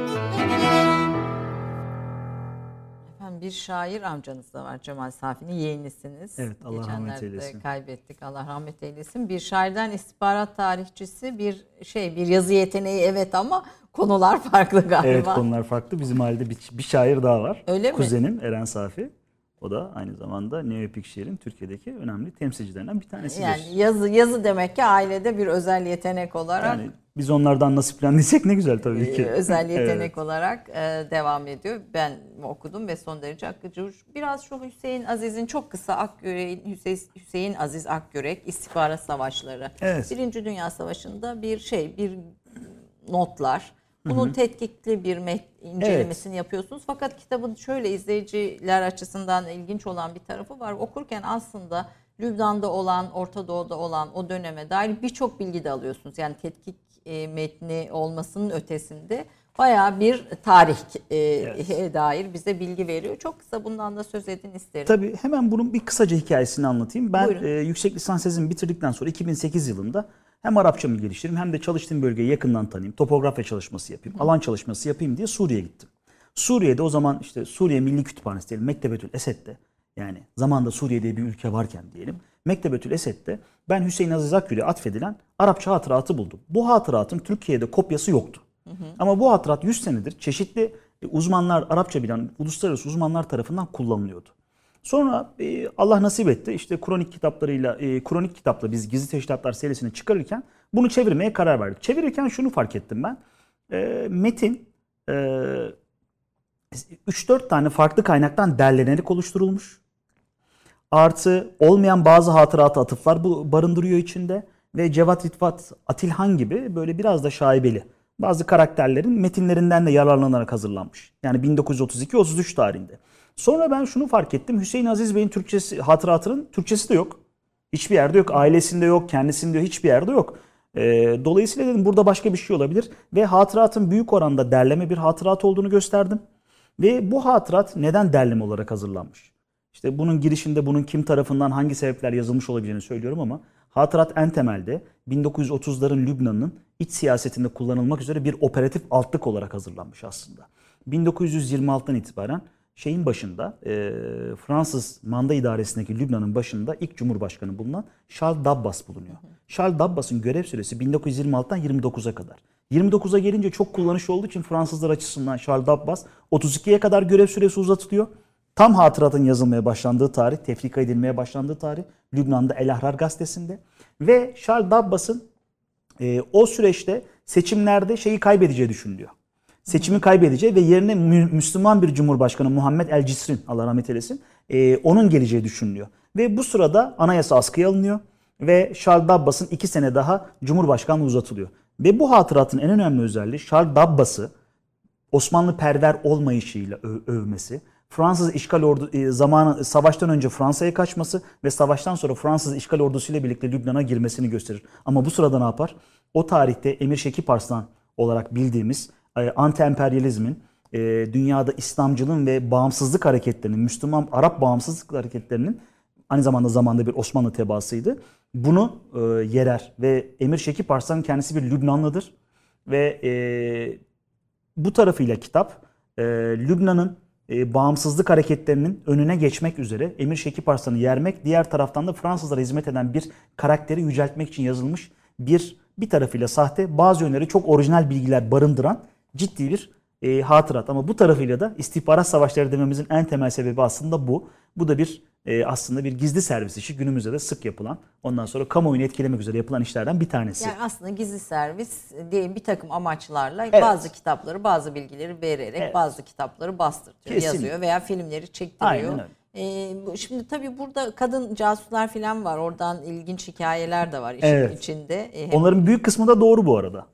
Efendim bir şair amcanız da var, Cemal Safi'nin yeğenisiniz. Evet, Allah rahmet Geçenlerde eylesin. kaybettik, Allah rahmet eylesin. Bir şairden istihbarat tarihçisi, bir şey, bir yazı yeteneği evet ama konular farklı galiba. Evet, konular farklı. Bizim ailede bir, bir şair daha var. Öyle mi? Kuzenim Eren Safi. O da aynı zamanda neoepik şiirin Türkiye'deki önemli temsilcilerinden bir tanesidir. Yani yazı yazı demek ki ailede bir özel yetenek olarak. Yani biz onlardan nasiplendiysek ne güzel tabii ki. Ee, özel yetenek Evet. olarak e, devam ediyor. Ben okudum ve son derece akıcı. Biraz şu Hüseyin Aziz'in çok kısa Akyürek'in Hüseyin, Hüseyin Aziz Akyürek istihbarat savaşları. Evet. Birinci Dünya Savaşı'nda bir şey, bir notlar. Bunun Hı-hı. tetkikli bir met- incelemesini evet. yapıyorsunuz. Fakat kitabın şöyle izleyiciler açısından ilginç olan bir tarafı var. Okurken aslında Lübnan'da olan, Orta Doğu'da olan o döneme dair birçok bilgi de alıyorsunuz. Yani tetkik e, metni olmasının ötesinde bayağı bir tarih e, evet. dair bize bilgi veriyor. Çok kısa bundan da söz edin isterim. Tabii hemen bunun bir kısaca hikayesini anlatayım. Ben Buyurun. e, yüksek lisans tezimi bitirdikten sonra iki bin sekiz yılında hem Arapçamı geliştireyim hem de çalıştığım bölgeyi yakından tanıyayım. Topografya çalışması yapayım, Hı. alan çalışması yapayım diye Suriye'ye gittim. Suriye'de o zaman işte Suriye Milli Kütüphanesi diyelim, Mektebetül Esed'de, yani zamanda Suriye diye bir ülke varken diyelim, Mektebetül Esed'de ben Hüseyin Aziz Akyürek'e atfedilen Arapça hatıratı buldum. Bu hatıratın Türkiye'de kopyası yoktu. Hı hı. Ama bu hatırat yüz senedir çeşitli uzmanlar, Arapça bilen uluslararası uzmanlar tarafından kullanılıyordu. Sonra e, Allah nasip etti, işte kronik kitaplarıyla, e, kronik kitapla biz Gizli Teşkilatlar serisini çıkarırken bunu çevirmeye karar verdik. Çevirirken şunu fark ettim ben, e, metin e, üç dört tane farklı kaynaktan derlenerek oluşturulmuş. Artı olmayan bazı hatıratı atıflar bu barındırıyor içinde. Ve Cevat Rıfat Atilhan gibi böyle biraz da şaibeli bazı karakterlerin metinlerinden de yararlanarak hazırlanmış. Yani bin dokuz yüz otuz iki otuz üç tarihinde. Sonra ben şunu fark ettim. Hüseyin Aziz Bey'in Türkçesi, hatıratının Türkçesi de yok. Hiçbir yerde yok. Ailesinde yok, kendisinde yok, hiçbir yerde yok. Ee, dolayısıyla dedim burada başka bir şey olabilir. Ve hatıratın büyük oranda derleme bir hatırat olduğunu gösterdim. Ve bu hatırat neden derleme olarak hazırlanmış? İşte bunun girişinde bunun kim tarafından hangi sebepler yazılmış olabileceğini söylüyorum ama hatırat en temelde bin dokuz yüz otuzların Lübnan'ın iç siyasetinde kullanılmak üzere bir operatif altlık olarak hazırlanmış aslında. bin dokuz yüz yirmi altıdan itibaren şeyin başında e, Fransız manda idaresindeki Lübnan'ın başında ilk Cumhurbaşkanı bulunan Charles Dabbas bulunuyor. Charles Dabbas'ın görev süresi bin dokuz yüz yirmi altıdan yirmi dokuza kadar. yirmi dokuza gelince çok kullanışlı olduğu için Fransızlar açısından Charles Dabbas otuz ikiye kadar görev süresi uzatılıyor. Tam hatıratın yazılmaya başlandığı tarih, tefrika edilmeye başlandığı tarih Lübnan'da El Ahrar gazetesinde. Ve Charles Dabbas'ın e, o süreçte seçimlerde şeyi kaybedeceği düşünülüyor. Seçimi kaybedeceği ve yerine mü- Müslüman bir Cumhurbaşkanı Muhammed El Cisrin, Allah rahmet eylesin, e, onun geleceği düşünülüyor. Ve bu sırada anayasa askıya alınıyor ve Charles Dabbas'ın iki sene daha Cumhurbaşkanlığı uzatılıyor. Ve bu hatıratın en önemli özelliği Charles Dabbas'ı Osmanlı perver olmayışıyla öv- övmesi. Fransız işgal ordu e, zamanı savaştan önce Fransa'ya kaçması ve savaştan sonra Fransız işgal ordusuyla birlikte Lübnan'a girmesini gösterir. Ama bu sırada ne yapar? O tarihte Emir Şekip Arslan olarak bildiğimiz e, anti-emperyalizmin, e, dünyada İslamcılığın ve bağımsızlık hareketlerinin, Müslüman Arap bağımsızlık hareketlerinin aynı zamanda zamanda bir Osmanlı tebaasıydı. Bunu e, yerer ve Emir Şekip Arslan kendisi bir Lübnanlıdır ve e, bu tarafıyla kitap e, Lübnan'ın e, bağımsızlık hareketlerinin önüne geçmek üzere Emir Şekip Arslan'ı yermek, diğer taraftan da Fransızlara hizmet eden bir karakteri yüceltmek için yazılmış bir bir tarafıyla sahte, bazı yönleri çok orijinal bilgiler barındıran ciddi bir e, hatırat. Ama bu tarafıyla da istihbarat savaşları dememizin en temel sebebi aslında bu. Bu da bir e, aslında bir gizli servis işi, günümüzde de sık yapılan, ondan sonra kamuoyunu etkilemek üzere yapılan işlerden bir tanesi. Yani aslında gizli servis diye bir takım amaçlarla Evet. bazı kitapları, bazı bilgileri vererek Evet. bazı kitapları bastırtıyor, Kesinlikle. yazıyor veya filmleri çektiriyor. Aynen öyle. Ee, bu- şimdi tabii burada kadın casuslar falan var. Oradan ilginç hikayeler de var işin Evet. içinde. Ee, hem- Onların büyük kısmı da doğru bu arada.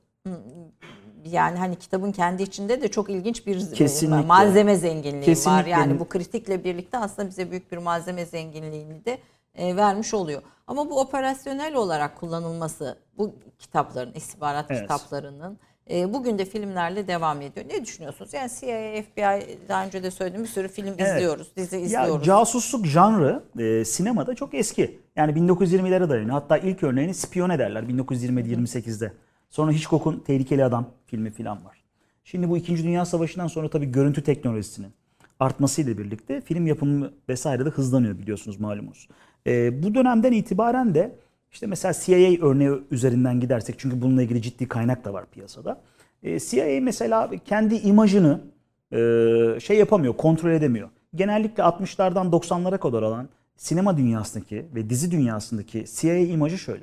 Yani hani kitabın kendi içinde de çok ilginç bir Kesinlikle. malzeme zenginliği var. Kesinlikle. Yani bu kritikle birlikte aslında bize büyük bir malzeme zenginliğini de e, vermiş oluyor. Ama bu operasyonel olarak kullanılması bu kitapların, istihbarat Evet. kitaplarının e, bugün de filmlerle devam ediyor. Ne düşünüyorsunuz? Yani C I A, F B I daha önce de söyledim, bir sürü film Evet. izliyoruz, dizi Ya izliyoruz. casusluk janrı e, sinemada çok eski. Yani bin dokuz yüz yirmilere dayanıyor. Hatta ilk örneğini Spiyon ederler bin dokuz yüz yirmi yirmi sekizde. Sonra Hitchcock'un Tehlikeli Adam filmi falan var. Şimdi bu İkinci Dünya Savaşı'ndan sonra tabii görüntü teknolojisinin artmasıyla birlikte film yapımı vesaire de hızlanıyor, biliyorsunuz, malumunuz. E, bu dönemden itibaren de işte mesela C I A örneği üzerinden gidersek, çünkü bununla ilgili ciddi kaynak da var piyasada. E, C I A mesela kendi imajını e, şey yapamıyor, kontrol edemiyor. Genellikle altmışlardan doksanlara kadar olan sinema dünyasındaki ve dizi dünyasındaki C I A imajı şöyle.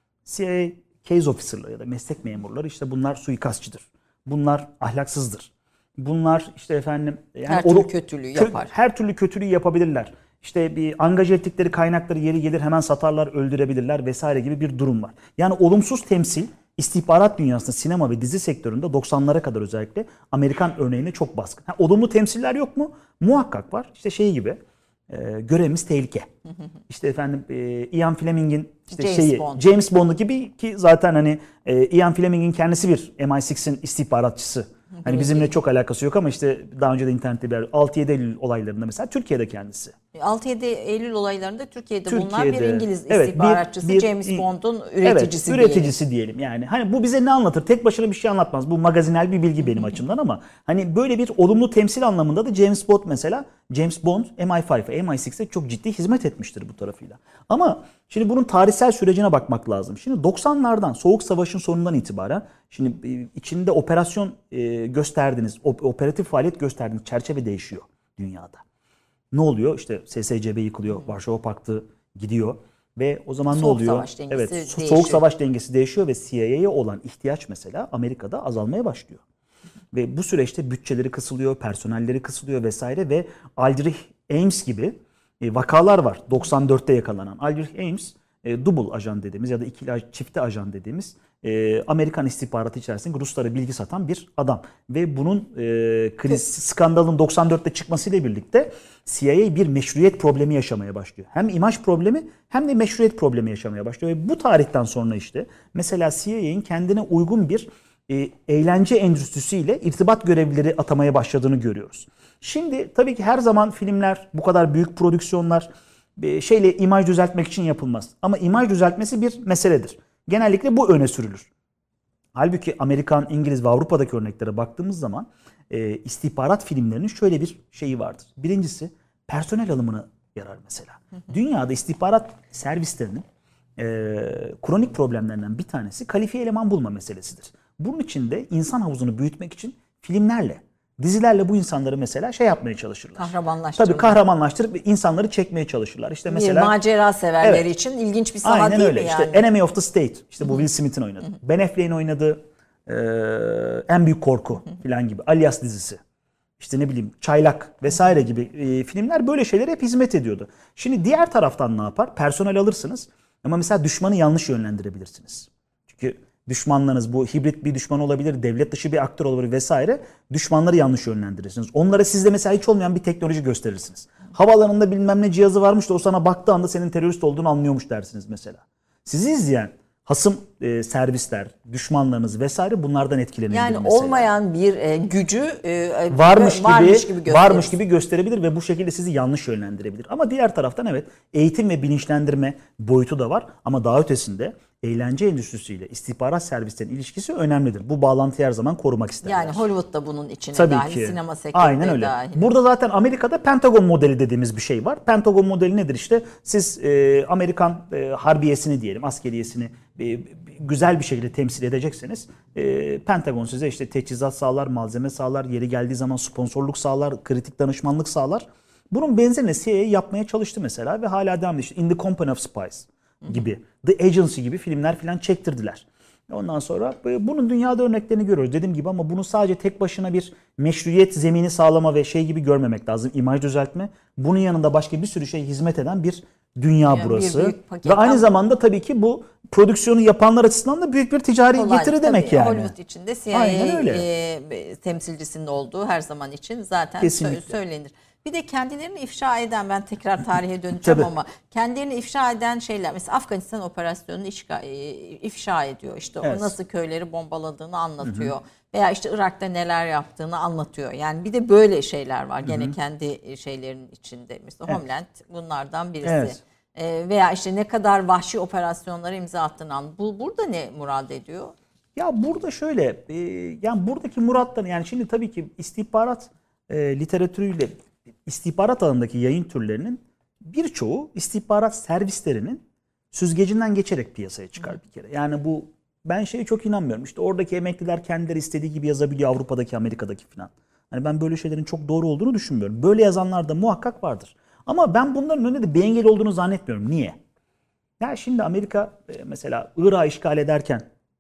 C I A case officer'ları ya da meslek memurları, işte bunlar suikastçıdır. Bunlar ahlaksızdır. Bunlar işte efendim yani Her türlü o- kötülüğü kö- yapar. Her türlü kötülüğü yapabilirler. İşte bir angaje ettikleri kaynakları yeri gelir hemen satarlar, öldürebilirler vesaire gibi bir durum var. Yani olumsuz temsil istihbarat dünyasında, sinema ve dizi sektöründe doksanlara kadar özellikle Amerikan örneğinde çok baskın. Ha, olumlu temsiller yok mu? Muhakkak var. İşte şey gibi, e, görevimiz tehlike. İşte efendim e, Ian Fleming'in işte James şeyi Bond. James Bond gibi, ki zaten hani e, Ian Fleming'in kendisi bir M I altı'ın istihbaratçısı. Hani bizimle çok alakası yok ama işte daha önce de internette bir altı yedi Eylül olaylarında mesela Türkiye'de kendisi. altı yedi Eylül olaylarında Türkiye'de, bulunan bir Türkiye'de, İngiliz evet, bir- istihbaratçısı, bir- James Bond'un Evet, üreticisi diyelim. üreticisi diyelim. Yani hani bu bize ne anlatır? Tek başına bir şey anlatmaz. Bu magazinel bir bilgi benim açımdan ama hani böyle bir olumlu temsil anlamında da James Bond mesela, James Bond M I beşe, M I altıya çok ciddi hizmet etmiştir bu tarafıyla. Ama şimdi bunun tarihsel sürecine bakmak lazım. Şimdi doksanlardan, Soğuk Savaş'ın sonundan itibaren şimdi e, içinde operasyon e, gösterdiğiniz, op- operatif faaliyet gösterdiğiniz çerçeve değişiyor dünyada. Ne oluyor? İşte S S C B yıkılıyor, Varşova Paktı gidiyor ve o zaman Soğuk ne oluyor? savaş dengesi evet, so- değişiyor. Soğuk savaş dengesi değişiyor ve C I A'ya olan ihtiyaç mesela Amerika'da azalmaya başlıyor. Ve bu süreçte bütçeleri kısılıyor, personelleri kısılıyor vesaire ve Aldrich Ames gibi e, vakalar var. doksan dörtte yakalanan. Albert Ames e, double ajan dediğimiz ya da ikili çifte ajan dediğimiz e, Amerikan istihbaratı içerisinde Ruslara bilgi satan bir adam. Ve bunun e, kriz skandalın doksan dörtte çıkmasıyla birlikte C I A bir meşruiyet problemi yaşamaya başlıyor. Hem imaj problemi hem de meşruiyet problemi yaşamaya başlıyor. Ve bu tarihten sonra işte mesela C I A'nin kendine uygun bir e, eğlence endüstrisiyle irtibat görevlileri atamaya başladığını görüyoruz. Şimdi tabii ki her zaman filmler, bu kadar büyük prodüksiyonlar e, şeyle imaj düzeltmek için yapılmaz. Ama imaj düzeltmesi bir meseledir. Genellikle bu öne sürülür. Halbuki Amerikan, İngiliz ve Avrupa'daki örneklere baktığımız zaman e, istihbarat filmlerinin şöyle bir şeyi vardır. Birincisi personel alımına yarar mesela. Dünyada istihbarat servislerinin e, kronik problemlerinden bir tanesi kalifiye eleman bulma meselesidir. Bunun için de insan havuzunu büyütmek için filmlerle, dizilerle bu insanları mesela şey yapmaya çalışırlar. Kahramanlaştırmak. Tabii kahramanlaştırıp insanları çekmeye çalışırlar. İşte mesela bir macera severleri Evet. için ilginç bir saha aynen değil öyle. mi yani? İşte Enemy of the State. İşte bu Will Smith'in oynadığı. Ben Affleck'in oynadığı e, En Büyük Korku falan gibi. Alias dizisi. İşte ne bileyim Çaylak vesaire gibi e, filmler böyle şeylere hep hizmet ediyordu. Şimdi diğer taraftan ne yapar? Personel alırsınız ama mesela düşmanı yanlış yönlendirebilirsiniz. Çünkü düşmanlarınız bu hibrit bir düşman olabilir, devlet dışı bir aktör olabilir vesaire. Düşmanları yanlış yönlendirirsiniz. Onlara sizde mesela hiç olmayan bir teknoloji gösterirsiniz. Havaalanında bilmem ne cihazı varmış da o sana baktığı anda senin terörist olduğunu anlıyormuş dersiniz mesela. Sizi izleyen hasım e, servisler, düşmanlarınız vesaire bunlardan etkilenebilir Yani mesela. olmayan bir e, gücü e, varmış gibi varmış gibi, varmış gibi gösterebilir ve bu şekilde sizi yanlış yönlendirebilir. Ama diğer taraftan evet eğitim ve bilinçlendirme boyutu da var ama daha ötesinde eğlence endüstrisiyle istihbarat servislerinin ilişkisi önemlidir. Bu bağlantıyı her zaman korumak isterler. Yani Hollywood da bunun içine Tabii dahil, ki. sinema sektörü Aynen de öyle. dahil. Burada zaten Amerika'da Pentagon modeli dediğimiz bir şey var. Pentagon modeli nedir işte? Siz e, Amerikan e, harbiyesini diyelim, askeriyesini e, güzel bir şekilde temsil edecekseniz e, Pentagon size işte teçhizat sağlar, malzeme sağlar, yeri geldiği zaman sponsorluk sağlar, kritik danışmanlık sağlar. Bunun benzerini C I A yapmaya çalıştı mesela ve hala devam ediyor. İşte In the Company of Spies gibi, The Agency gibi filmler falan çektirdiler. Ondan sonra bunun dünyada örneklerini görüyoruz dediğim gibi ama bunu sadece tek başına bir meşruiyet zemini sağlama ve şey gibi görmemek lazım. İmaj düzeltme. Bunun yanında başka bir sürü şey hizmet eden bir dünya Yani burası. bir büyük paket. Ve aynı Ama- zamanda tabii ki bu prodüksiyonu yapanlar açısından da büyük bir ticari Kolay, getiri tabii. demek yani. Hollywood içinde C I A Aynen öyle. e, temsilcisinin olduğu her zaman için zaten Kesinlikle. sö- söylenir. Bir de kendilerini ifşa eden, ben tekrar tarihe döneceğim Tabii. ama kendilerini ifşa eden şeyler, mesela Afganistan operasyonunu işga- e, ifşa ediyor. İşte Evet. o nasıl köyleri bombaladığını anlatıyor. Veya işte Irak'ta neler yaptığını anlatıyor. Yani bir de böyle şeyler var gene kendi şeylerinin içinde. Mesela Evet. Homeland bunlardan birisi. Evet. E, veya işte ne kadar vahşi operasyonlara imza attığını an- bu burada ne murad ediyor? Ya burada şöyle, e, yani buradaki muratları yani şimdi tabii ki istihbarat e, literatürüyle istihbarat alanındaki yayın türlerinin birçoğu istihbarat servislerinin süzgecinden geçerek piyasaya çıkar bir kere. Yani bu ben şeye çok inanmıyorum. İşte oradaki emekliler kendileri istediği gibi yazabiliyor Avrupa'daki, Amerika'daki falan. Hani ben böyle şeylerin çok doğru olduğunu düşünmüyorum. Böyle yazanlar da muhakkak vardır. Ama ben bunların önünde de bir engel olduğunu zannetmiyorum. Niye? Ya şimdi Amerika e, mesela Irak'ı işgal ederken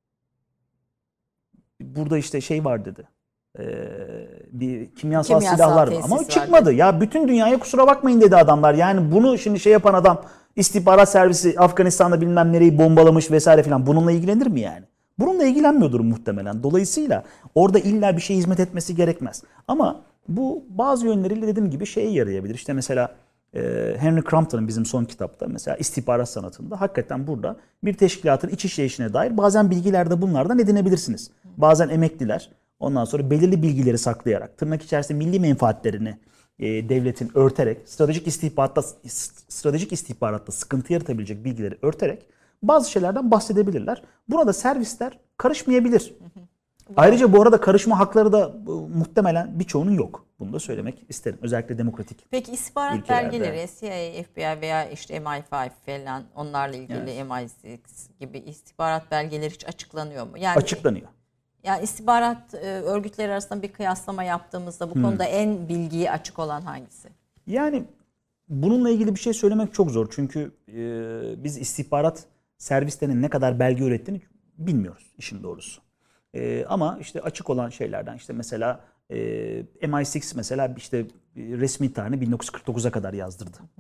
burada işte şey var dedi. Ee, bir kimyasal, Kimyasal silahlar var. tesis Ama o var çıkmadı. dedi. Ya bütün dünyaya kusura bakmayın dedi adamlar. Yani bunu şimdi şey yapan adam istihbarat servisi Afganistan'da bilmem nereyi bombalamış vesaire filan bununla ilgilenir mi yani? Bununla ilgilenmiyordur muhtemelen. Dolayısıyla orada illa bir şey hizmet etmesi gerekmez. Ama bu bazı yönleriyle dediğim gibi şeye yarayabilir. İşte mesela e, Henry Crampton'ın bizim son kitapta mesela istihbarat sanatında hakikaten burada bir teşkilatın iç işleyişine dair bazen bilgiler de bunlardan edinebilirsiniz. Bazen emekliler ondan sonra belirli bilgileri saklayarak tırnak içerisinde milli menfaatlerini e, devletin örterek stratejik istihbaratta stratejik istihbaratta sıkıntı yaratabilecek bilgileri örterek bazı şeylerden bahsedebilirler. Buna da servisler karışmayabilir. Ayrıca bu arada karışma hakları da e, muhtemelen birçoğunun yok. Bunu da söylemek isterim. Özellikle demokratik. Peki istihbarat ülkelerde. belgeleri, C I A, F B I veya işte M I beş falan onlarla ilgili Evet. M I altı gibi istihbarat belgeleri hiç açıklanıyor mu? Yani Açıklanıyor. Yani istihbarat e, örgütleri arasında bir kıyaslama yaptığımızda bu konuda en bilgiye açık olan hangisi? Yani bununla ilgili bir şey söylemek çok zor. Çünkü e, biz istihbarat servislerinin ne kadar belge ürettiğini bilmiyoruz işin doğrusu. E, ama işte açık olan şeylerden işte mesela e, M I altı mesela işte resmi tarihini bin dokuz yüz kırk dokuza kadar yazdırdı.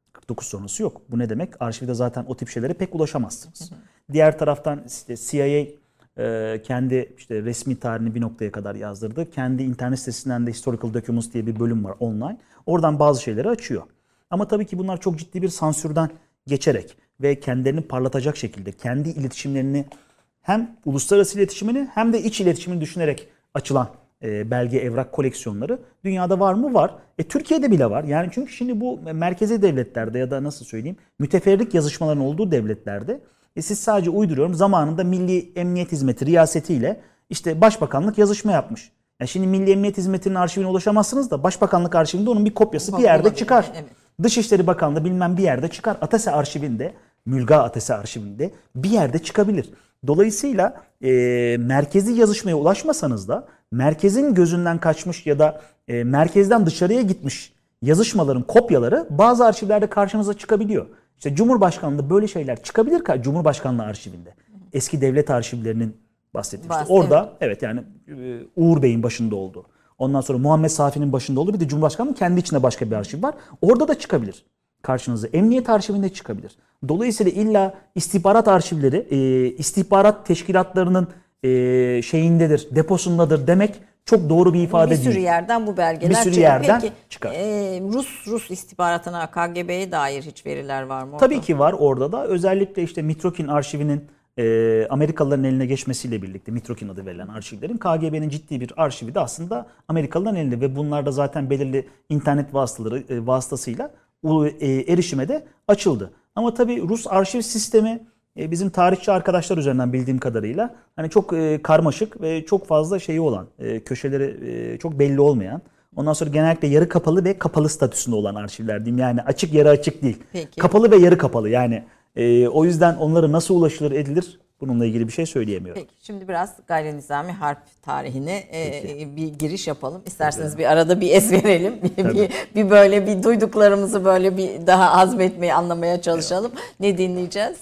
kırk dokuz sonrası yok. Bu ne demek? Arşivde zaten o tip şeylere pek ulaşamazsınız. Hı hı. Diğer taraftan işte C I A e, kendi işte resmi tarihini bir noktaya kadar yazdırdı. Kendi internet sitesinden de Historical Documents diye bir bölüm var online. Oradan bazı şeyleri açıyor. Ama tabii ki bunlar çok ciddi bir sansürden geçerek ve kendilerini parlatacak şekilde kendi iletişimlerini hem uluslararası iletişimini hem de iç iletişimini düşünerek açılan e, belge evrak koleksiyonları dünyada var mı? Var. E, Türkiye'de bile var. Yani çünkü şimdi bu merkezi devletlerde ya da nasıl söyleyeyim müteferrik yazışmaların olduğu devletlerde e, siz sadece uyduruyorum zamanında Milli Emniyet Hizmeti riyasetiyle işte Başbakanlık yazışma yapmış. Yani şimdi Milli Emniyet Hizmeti'nin arşivine ulaşamazsınız da Başbakanlık arşivinde onun bir kopyası bir yerde çıkar. Evet. Dışişleri Bakanlığı bilmem bir yerde çıkar. ATESE arşivinde, Mülga ATESE arşivinde bir yerde çıkabilir. Dolayısıyla e, merkezi yazışmaya ulaşmasanız da merkezin gözünden kaçmış ya da e, merkezden dışarıya gitmiş yazışmaların kopyaları bazı arşivlerde karşınıza çıkabiliyor. İşte Cumhurbaşkanlığında böyle şeyler çıkabilir ki Cumhurbaşkanlığı arşivinde. Eski devlet arşivlerinin bahsetmiştik. Orada evet yani Uğur Bey'in başında olduğu. Ondan sonra Muhammed Safi'nin başında olduğu bir de Cumhurbaşkanı'nın kendi içinde başka bir arşiv var. Orada da çıkabilir karşınıza. Emniyet arşivinde çıkabilir. Dolayısıyla illa istihbarat arşivleri, e, istihbarat teşkilatlarının e, şeyindedir, deposundadır demek çok doğru bir ifade değil. Bir sürü değil. yerden bu belgeler bir sürü çıkıyor. yerden Peki, çıkar. E, Rus Rus istihbaratına, K G B'ye dair hiç veriler var mı orada? Tabii ki var orada da. Özellikle işte Mitrokin arşivinin e, Amerikalıların eline geçmesiyle birlikte Mitrokin adı verilen arşivlerin K G B'nin ciddi bir arşivi de aslında Amerikalıların elinde ve bunlar da zaten belirli internet vasıtaları e, vasıtasıyla e, erişime de açıldı. Ama tabii Rus arşiv sistemi e, bizim tarihçi arkadaşlar üzerinden bildiğim kadarıyla hani çok e, karmaşık ve çok fazla şeyi olan, e, köşeleri e, çok belli olmayan, ondan sonra genellikle yarı kapalı ve kapalı statüsünde olan arşivler diyeyim. Yani açık yarı açık değil. Peki. Kapalı ve yarı kapalı yani. E, o yüzden onlara nasıl ulaşılır edilir bununla ilgili bir şey söyleyemiyorum. Peki şimdi biraz gayri nizami harp tarihine e, bir giriş yapalım. İsterseniz bir arada bir es verelim. Bir, bir, bir böyle bir duyduklarımızı böyle bir daha hazmetmeye, anlamaya çalışalım. Evet. Ne dinleyeceğiz?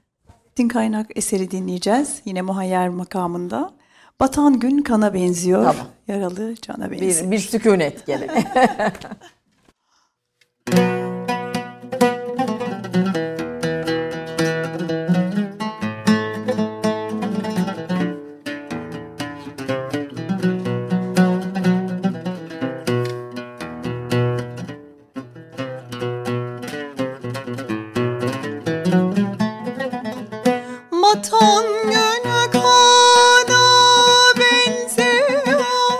Din Kaynak eseri dinleyeceğiz. Yine muhayyer makamında. Batan gün kana benziyor. Tamam. Yaralı cana benziyor. Bir, bir sükunet gene. Batan gün kana benziyor,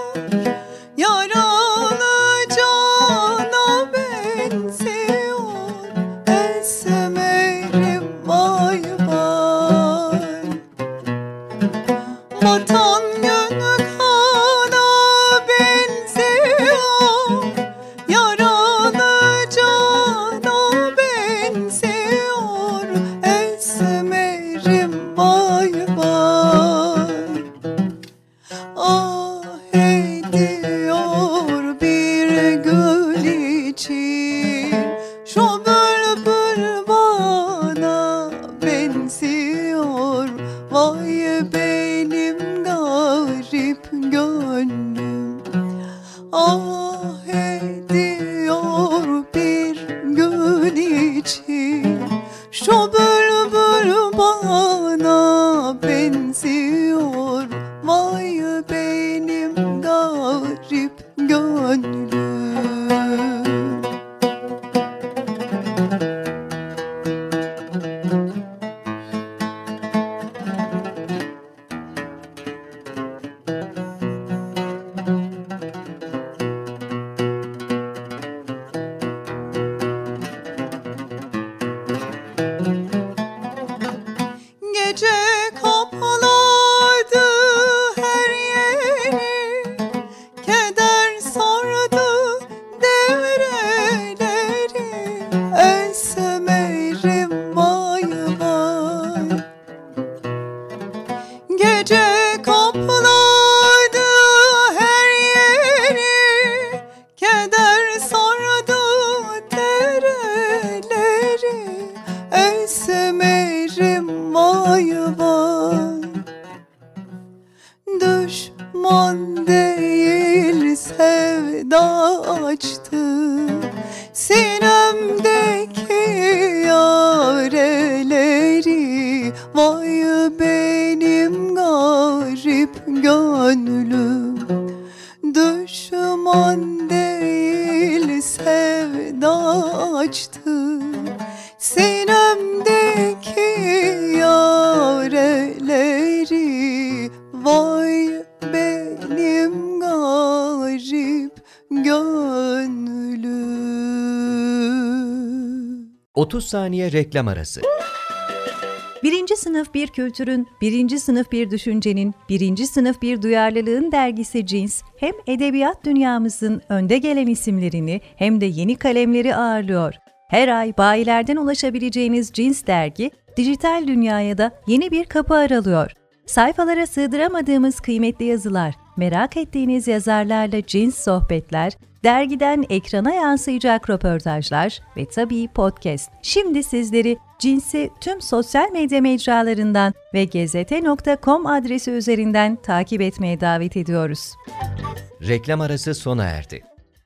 yaralı cana benziyor. Esmerim vay vay. Batan gün kana benziyor, yaralı cana benziyor. Esmerim vay vay. Ah ediyor bir gül için, şu bülbül bana benziyor. Vay benim garip gönlüm. Ah ediyor bir gül için, şu bülbül bana benziyor. Vay benim garip gönlüm. Gece kapladı her yeri, keder sardı devreleri. Esmerim vay vay. Gece kapladı her yeri, keder sardı dereleri. Esmerim vay vay. Düşman değil sevda açtı sinemdeki hayalleri, vay benim garip gönlüm. Düşman değil sevda açtı sinemdeki yareleri, vay benim garip gönlüm. otuz saniye reklam arası. Birinci sınıf bir kültürün, birinci sınıf bir düşüncenin, birinci sınıf bir duyarlılığın dergisi Cins, hem edebiyat dünyamızın önde gelen isimlerini hem de yeni kalemleri ağırlıyor. Her ay bayilerden ulaşabileceğiniz Cins dergi, dijital dünyaya da yeni bir kapı aralıyor. Sayfalara sığdıramadığımız kıymetli yazılar, merak ettiğiniz yazarlarla cins sohbetler, dergiden ekrana yansıyacak röportajlar ve tabii podcast. Şimdi sizleri Cins'i tüm sosyal medya mecralarından ve gezete nokta com adresi üzerinden takip etmeye davet ediyoruz. Reklam arası sona erdi.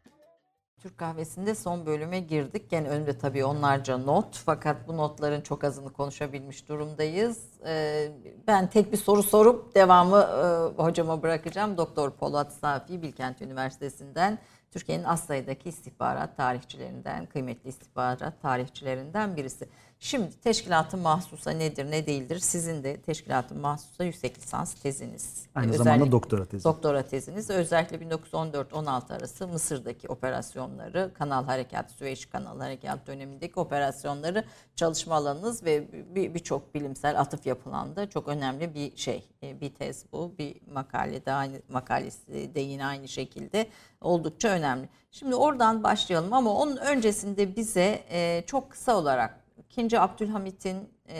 Türk Kahvesi'nde son bölüme girdik. Gene önümde tabii onlarca not. Fakat bu notların çok azını konuşabilmiş durumdayız. Ee, ben tek bir soru sorup devamı e, hocama bırakacağım. Doktor Polat Safi, Bilkent Üniversitesi'nden, Türkiye'nin az sayıdaki istihbarat tarihçilerinden, kıymetli istihbarat tarihçilerinden birisi. Şimdi teşkilat-ı mahsusa nedir, ne değildir? Sizin de teşkilat-ı mahsusa yüksek lisans teziniz. Aynı Özellikle, zamanda doktora tezi. Doktora teziniz. Özellikle bin dokuz yüz on dört on altı arası Mısır'daki operasyonları, Kanal Harekatı, Süveyş Kanal Harekatı dönemindeki operasyonları çalışma alanınız ve birçok bir bilimsel atıf yapılan da çok önemli bir şey. Bir tez bu. Bir makale de aynı, makalesi de yine aynı şekilde oldukça önemli. Şimdi oradan başlayalım ama onun öncesinde bize e, çok kısa olarak İkinci Abdülhamit'in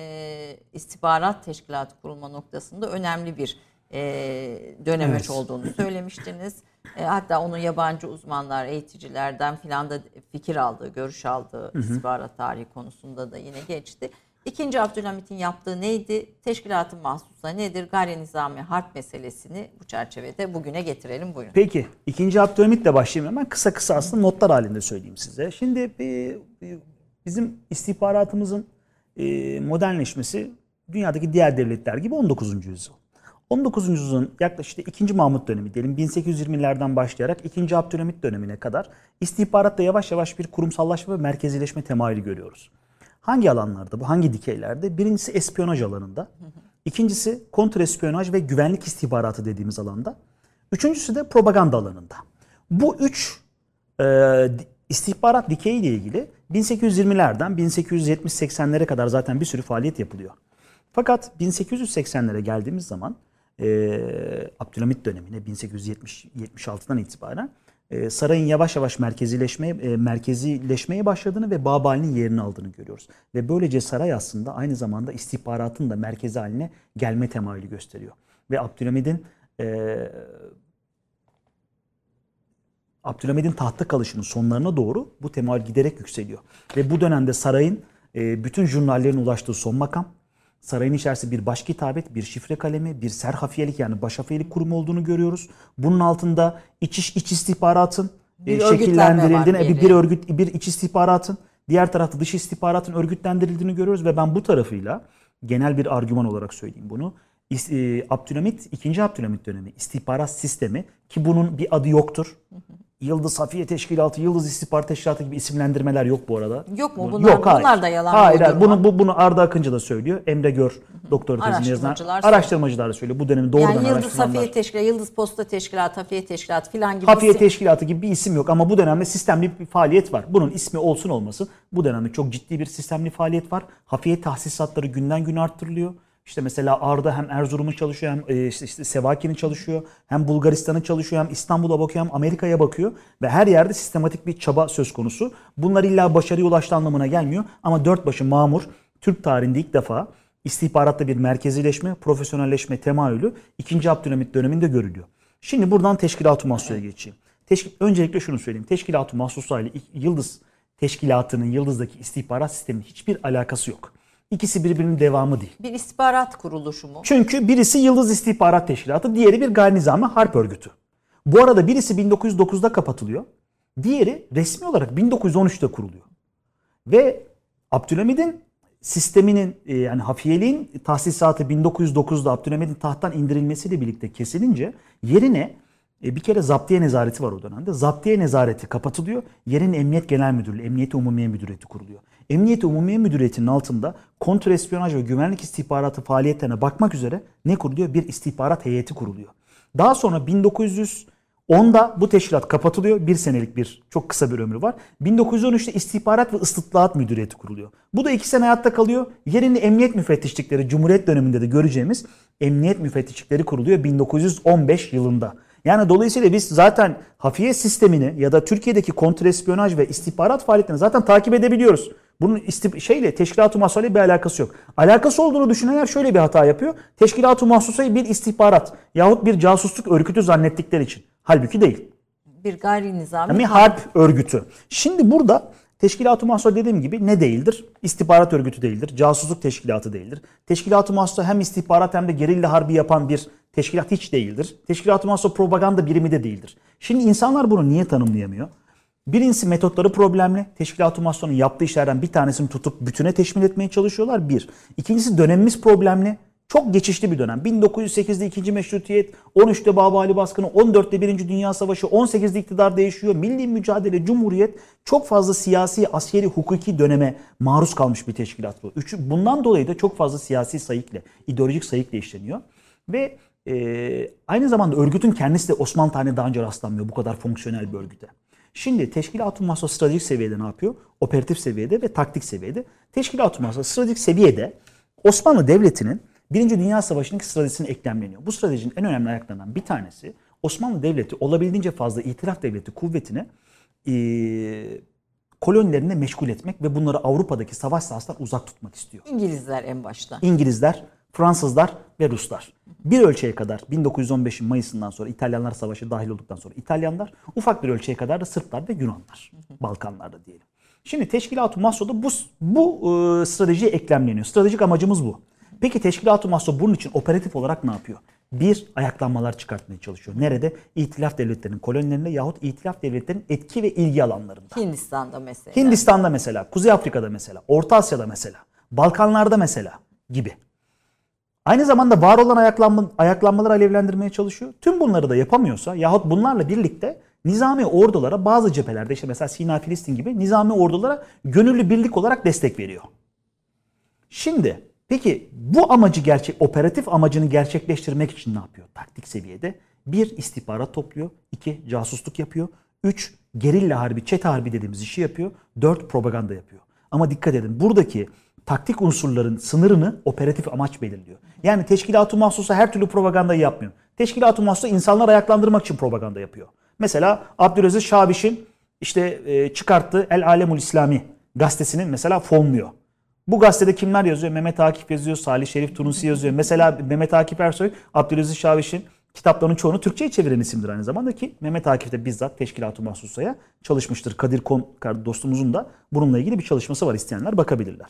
e, istihbarat teşkilatı kurulma noktasında önemli bir e, dönemeç evet. olduğunu söylemiştiniz. E, hatta onun yabancı uzmanlar, eğiticilerden filan da fikir aldığı, görüş aldığı hı hı. istihbarat tarihi konusunda da yine geçti. İkinci Abdülhamit'in yaptığı neydi? Teşkilat-ı mahsusa nedir? Gayri nizami harp meselesini bu çerçevede bugüne getirelim. Buyurun. Peki. İkinci Abdülhamit'le başlayayım hemen. Kısa kısa aslında notlar halinde söyleyeyim size. Şimdi bir, bir bizim istihbaratımızın e, modernleşmesi dünyadaki diğer devletler gibi on dokuzuncu yüzyıl. on dokuzuncu yüzyılın yaklaşık işte ikinci Mahmut dönemi diyelim bin sekiz yüz yirmilerden başlayarak ikinci Abdülhamit dönemine kadar istihbaratta yavaş yavaş bir kurumsallaşma ve merkezileşme temayülü görüyoruz. Hangi alanlarda bu? Hangi dikeylerde? Birincisi espiyonaj alanında. İkincisi kontrespiyonaj ve güvenlik istihbaratı dediğimiz alanda. Üçüncüsü de propaganda alanında. Bu üç e, istihbarat dikeyi ile ilgili bin sekiz yüz yirmilerden bin sekiz yüz yetmiş seksenlere kadar zaten bir sürü faaliyet yapılıyor. Fakat bin sekiz yüz seksenlere geldiğimiz zaman e, Abdülhamit dönemine bin sekiz yüz yetmiş yetmiş altıdan itibaren e, sarayın yavaş yavaş merkezileşmeye e, merkezileşmeye başladığını ve Babali'nin yerini aldığını görüyoruz. Ve böylece saray aslında aynı zamanda istihbaratın da merkezi haline gelme temayülü gösteriyor. Ve Abdülhamid'in e, Abdülhamid'in tahtta kalışının sonlarına doğru bu temayül giderek yükseliyor. Ve bu dönemde sarayın e, bütün jurnallerin ulaştığı son makam, sarayın içerisinde bir başkitabet, bir şifre kalemi, bir serhafiyelik yani başhafiyelik kurumu olduğunu görüyoruz. Bunun altında iç, iç, iç istihbaratın e, şekillendirildiğini, bir, bir örgüt, bir iç istihbaratın, diğer tarafta dış istihbaratın örgütlendirildiğini görüyoruz ve ben bu tarafıyla genel bir argüman olarak söyleyeyim bunu. Abdülhamit, ikinci Abdülhamit dönemi istihbarat sistemi ki bunun bir adı yoktur. Yıldız Hafiye Teşkilatı, Yıldız İstihbarat Teşkilatı gibi isimlendirmeler yok bu arada. Yok mu? Bunlar, yok, hayır. Bunlar da yalan. Hayır, hayır. Bunu, bu, bunu Arda Akıncı da söylüyor. Emre Gör, doktor tezini yazan araştırmacılar da söylüyor. Bu dönemin doğrudan yani araştıranlar. Yıldız Hafiye Teşkilatı, Yıldız Posta Teşkilatı, Hafiye Teşkilatı filan gibi Hafiye isim... Teşkilatı gibi bir isim yok ama bu dönemde sistemli bir faaliyet var. Bunun ismi olsun olmasın bu dönemde çok ciddi bir sistemli faaliyet var. Hafiye tahsisatları günden güne arttırılıyor. İşte mesela Arda hem Erzurum'un çalışıyor hem işte, işte Sevaki'nin çalışıyor. Hem Bulgaristan'ın çalışıyor hem İstanbul'a bakıyor hem Amerika'ya bakıyor. Ve her yerde sistematik bir çaba söz konusu. Bunlar illa başarıya ulaştığı anlamına gelmiyor. Ama dörtbaşı mamur Türk tarihinde ilk defa istihbaratta bir merkezileşme, profesyonelleşme temayülü ikinci Abdülhamit döneminde görülüyor. Şimdi buradan Teşkilat-ı Mahsusa'ya geçeyim. Teşkil, öncelikle şunu söyleyeyim. Teşkilat-ı Mahsusa ile Yıldız Teşkilatı'nın Yıldız'daki istihbarat sisteminin hiçbir alakası yok. İkisi birbirinin devamı değil. Bir istihbarat kuruluşu mu? Çünkü birisi Yıldız İstihbarat Teşkilatı, diğeri bir gayri nizami harp örgütü. Bu arada birisi bin dokuz yüz dokuzda kapatılıyor. Diğeri resmi olarak bin dokuz yüz on üçte kuruluyor. Ve Abdülhamid'in sisteminin e, yani hafiyeliğin tahsisatı bin dokuz yüz dokuzda Abdülhamid'in tahttan indirilmesiyle birlikte kesilince yerine e, bir kere zaptiye nezareti var o dönemde. Zaptiye nezareti kapatılıyor. Yerine Emniyet Genel Müdürlüğü, Emniyet Umumiye Müdüriyeti kuruluyor. Emniyet Umumiye Müdüriyeti'nin altında kontrespiyonaj ve güvenlik istihbaratı faaliyetlerine bakmak üzere ne kuruluyor? Bir istihbarat heyeti kuruluyor. Daha sonra bin dokuz yüz onda bu teşkilat kapatılıyor. Bir senelik bir çok kısa bir ömrü var. bin dokuz yüz on üçte İstihbarat ve Istıtlaat Müdüriyeti kuruluyor. Bu da iki sene hayatta kalıyor. Yerini emniyet müfettişlikleri, Cumhuriyet döneminde de göreceğimiz emniyet müfettişlikleri kuruluyor bin dokuz yüz on beş yılında. Yani dolayısıyla biz zaten hafiye sistemini ya da Türkiye'deki kontrespiyonaj ve istihbarat faaliyetlerini zaten takip edebiliyoruz. Bunun istih- şeyle Teşkilat-ı Mahsusa'yla bir alakası yok. Alakası olduğunu düşünenler şöyle bir hata yapıyor. Teşkilat-ı Mahsusa'yı bir istihbarat yahut bir casusluk örgütü zannettikleri için. Halbuki değil. Bir gayri nizami. Yani bir harp örgütü. Şimdi burada Teşkilat-ı Mahsusa dediğim gibi ne değildir? İstihbarat örgütü değildir. Casusluk teşkilatı değildir. Teşkilat-ı Mahsusa hem istihbarat hem de gerilla harbi yapan bir teşkilat hiç değildir. Teşkilat-ı Mahsusa propaganda birimi de değildir. Şimdi insanlar bunu niye tanımlayamıyor? Birincisi metotları problemli. Teşkilat-ı Mahsusa'nın yaptığı işlerden bir tanesini tutup bütüne teşmil etmeye çalışıyorlar. Bir. İkincisi dönemimiz problemli. Çok geçişli bir dönem. bin dokuz yüz sekizde ikinci Meşrutiyet, on üçte Babali baskını, on dörtte birinci Dünya Savaşı, on sekizde iktidar değişiyor. Milli mücadele, cumhuriyet çok fazla siyasi, askeri, hukuki döneme maruz kalmış bir teşkilat bu. Üçü, bundan dolayı da çok fazla siyasi sayıkla, ideolojik sayıkla işleniyor. Ve e, aynı zamanda örgütün kendisi de Osmanlı tarihine daha önce rastlanmıyor bu kadar fonksiyonel bir örgüte. Şimdi Teşkilat-ı Mahsusa stratejik seviyede ne yapıyor? Operatif seviyede ve taktik seviyede. Teşkilat-ı Mahsusa stratejik seviyede Osmanlı Devleti'nin Birinci Dünya Savaşı'ndaki stratejisine eklemleniyor. Bu stratejinin en önemli ayaklarından bir tanesi Osmanlı Devleti olabildiğince fazla itilaf devleti kuvvetini e, kolonilerine meşgul etmek ve bunları Avrupa'daki savaş sahasından uzak tutmak istiyor. İngilizler en başta. İngilizler, Fransızlar ve Ruslar. Bir ölçüye kadar bin dokuz yüz on beşin Mayıs'ından sonra İtalyanlar Savaşı dahil olduktan sonra İtalyanlar, ufak bir ölçüye kadar da Sırplar ve Yunanlar. Balkanlarda diyelim. Şimdi Teşkilat-ı Mahsusa'da bu, bu e, stratejiye eklemleniyor. Stratejik amacımız bu. Peki Teşkilat-ı Mahsusa bunun için operatif olarak ne yapıyor? Bir, ayaklanmalar çıkartmaya çalışıyor. Nerede? İtilaf devletlerinin kolonilerinde yahut İtilaf devletlerinin etki ve ilgi alanlarında. Hindistan'da mesela. Hindistan'da mesela, Kuzey Afrika'da mesela, Orta Asya'da mesela, Balkanlarda mesela gibi. Aynı zamanda var olan ayaklanma, ayaklanmaları alevlendirmeye çalışıyor. Tüm bunları da yapamıyorsa yahut bunlarla birlikte nizami ordulara bazı cephelerde işte mesela Sina Filistin gibi nizami ordulara gönüllü birlik olarak destek veriyor. Şimdi peki bu amacı gerçek, operatif amacını gerçekleştirmek için ne yapıyor? Taktik seviyede bir istihbarat topluyor, iki casusluk yapıyor, üç gerilla harbi, çete harbi dediğimiz işi yapıyor, dört propaganda yapıyor. Ama dikkat edin buradaki taktik unsurların sınırını operatif amaç belirliyor. Yani Teşkilat-ı Mahsusa her türlü propagandayı yapmıyor. Teşkilat-ı Mahsusa insanları ayaklandırmak için propaganda yapıyor. Mesela Abdülaziz Şabiş'in işte e, çıkarttığı El Alemul İslami gazetesini mesela fonluyor. Bu gazetede kimler yazıyor? Mehmet Akif yazıyor, Salih Şerif Tunus'u yazıyor. Mesela Mehmet Akif Ersoy, Abdülaziz Şabiş'in kitaplarının çoğunu Türkçe'ye çeviren isimdir aynı zamanda ki Mehmet Akif de bizzat Teşkilat-ı Mahsusa'ya çalışmıştır. Kadir Kon dostumuzun da bununla ilgili bir çalışması var, isteyenler bakabilirler.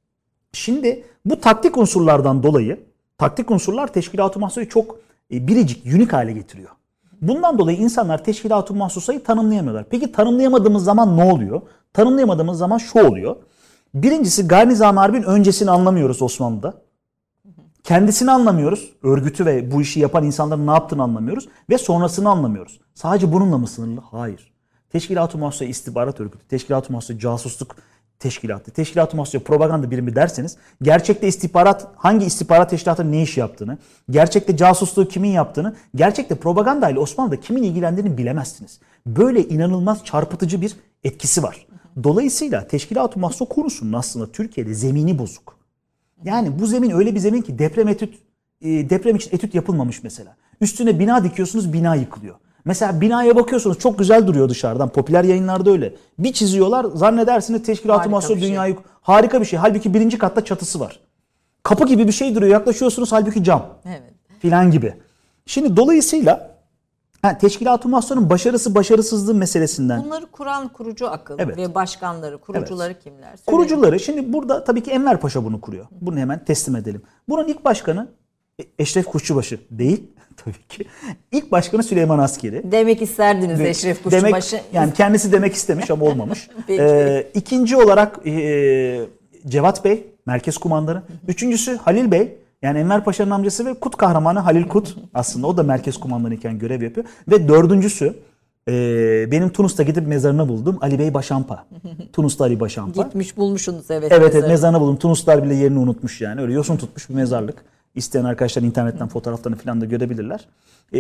Şimdi bu taktik unsurlardan dolayı taktik unsurlar Teşkilat-ı Mahsusa'yı çok biricik, unik hale getiriyor. Bundan dolayı insanlar Teşkilat-ı Mahsusa'yı tanımlayamıyorlar. Peki tanımlayamadığımız zaman ne oluyor? Tanımlayamadığımız zaman şu oluyor. Birincisi gayri nizami harbin öncesini anlamıyoruz Osmanlı'da. Kendisini anlamıyoruz. Örgütü ve bu işi yapan insanların ne yaptığını anlamıyoruz. Ve sonrasını anlamıyoruz. Sadece bununla mı sınırlı? Hayır. Teşkilat-ı Mahsusa istihbarat örgütü, Teşkilat-ı Mahsusa casusluk teşkilatı, Teşkilat-ı Mahsusa propaganda birimi derseniz gerçekte istihbarat, hangi istihbarat teşkilatının ne iş yaptığını, gerçekte casusluğu kimin yaptığını, gerçekte propaganda ile Osmanlı'da kimin ilgilendiğini bilemezsiniz. Böyle inanılmaz çarpıtıcı bir etkisi var. Dolayısıyla Teşkilat-ı Mahsusa konusunun aslında Türkiye'de zemini bozuk. Yani bu zemin öyle bir zemin ki deprem etüt, deprem için etüt yapılmamış mesela. Üstüne bina dikiyorsunuz, bina yıkılıyor. Mesela binaya bakıyorsunuz çok güzel duruyor dışarıdan. Popüler yayınlarda öyle. Bir çiziyorlar zannedersiniz Teşkilat-ı Mahsusa dünyayı... Şey. Harika bir şey. Halbuki birinci katta çatısı var. Kapı gibi bir şey duruyor. Yaklaşıyorsunuz halbuki cam. Evet. Filan gibi. Şimdi dolayısıyla ha, Teşkilat-ı Mahsusa'nın başarısı başarısızlığı meselesinden. Bunları kuran kurucu akıl evet. ve başkanları, kurucuları evet. kimler? Söyleyin. Kurucuları şimdi burada tabii ki Enver Paşa bunu kuruyor. Bunu hemen teslim edelim. Bunun ilk başkanı Eşref Kuşçubaşı değil. Tabii ki. İlk başkanı Süleyman Askeri. Demek isterdiniz Ve Eşref Kuşçubaşı. Demek, yani kendisi demek istemiş ama olmamış. ee, ikinci olarak e, Cevat Bey. merkez kumandanı. Üçüncüsü Halil Bey. Yani Enver Paşa'nın amcası ve Kut kahramanı Halil Kut. Aslında o da merkez kumandanı iken görev yapıyor. Ve dördüncüsü e, benim Tunus'ta gidip mezarını buldum. Ali Bey Başampa. Tunus'ta Ali Başampa. Gitmiş bulmuşsunuz evet. Evet, evet mezarını buldum. Tunuslar bile yerini unutmuş yani. Öyle yosun tutmuş bir mezarlık. İsteyen arkadaşlar internetten fotoğraflarını falan da görebilirler. Ee,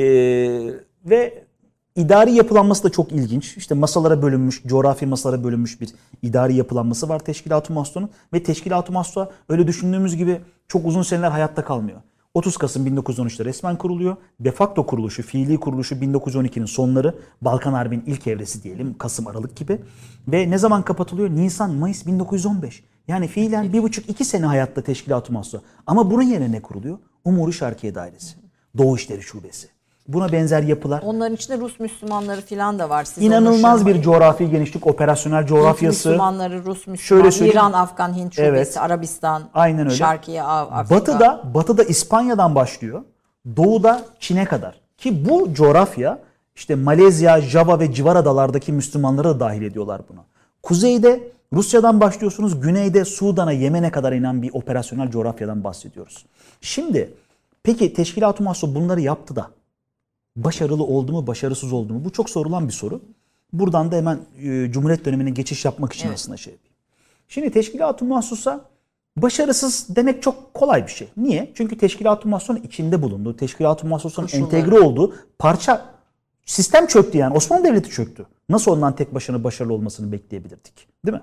ve idari yapılanması da çok ilginç. İşte masalara bölünmüş, coğrafi masalara bölünmüş bir idari yapılanması var Teşkilat-ı Mahsusa'nın. Ve Teşkilat-ı Mahsusa öyle düşündüğümüz gibi çok uzun seneler hayatta kalmıyor. otuz Kasım bin dokuz yüz on üçte resmen kuruluyor. De facto kuruluşu, fiili kuruluşu bin dokuz yüz on ikinin sonları. Balkan Harbi'nin ilk evresi diyelim. Kasım, Aralık gibi. Ve ne zaman kapatılıyor? Nisan, Mayıs bin dokuz yüz on beş. Yani fiilen bir buçuk iki sene hayatta Teşkilat-ı Mahsusa. Ama bunun yerine ne kuruluyor? Umuri Şarkiye Dairesi. Doğu İşleri Şubesi. Buna benzer yapılar. Onların içinde Rus Müslümanları falan da var. Siz İnanılmaz bir coğrafi genişlik, operasyonel coğrafyası. Hint Müslümanları, Rus Müslümanları, İran, Afgan, Hint şubesi, evet. Arabistan, aynen öyle. Şarkiye, Afrika. Batı'da, Batı'da İspanya'dan başlıyor. Doğu'da Çin'e kadar. Ki bu coğrafya işte Malezya, Java ve civar adalardaki Müslümanları da dahil ediyorlar buna. Kuzeyde Rusya'dan başlıyorsunuz. Güneyde Sudan'a, Yemen'e kadar inen bir operasyonel coğrafyadan bahsediyoruz. Şimdi peki Teşkilat-ı Mahsusa bunları yaptı da başarılı oldu mu, başarısız oldu mu? Bu çok sorulan bir soru. Buradan da hemen e, Cumhuriyet dönemine geçiş yapmak için evet. aslında şey yapayım. Şimdi Teşkilat-ı Mahsusa başarısız demek çok kolay bir şey. Niye? Çünkü Teşkilat-ı Mahsusa'nın içinde bulunduğu, Teşkilat-ı Mahsusa'nın entegre olduğu parça sistem çöktü yani. Osmanlı Devleti çöktü. Nasıl ondan tek başına başarılı olmasını bekleyebilirdik? Değil mi?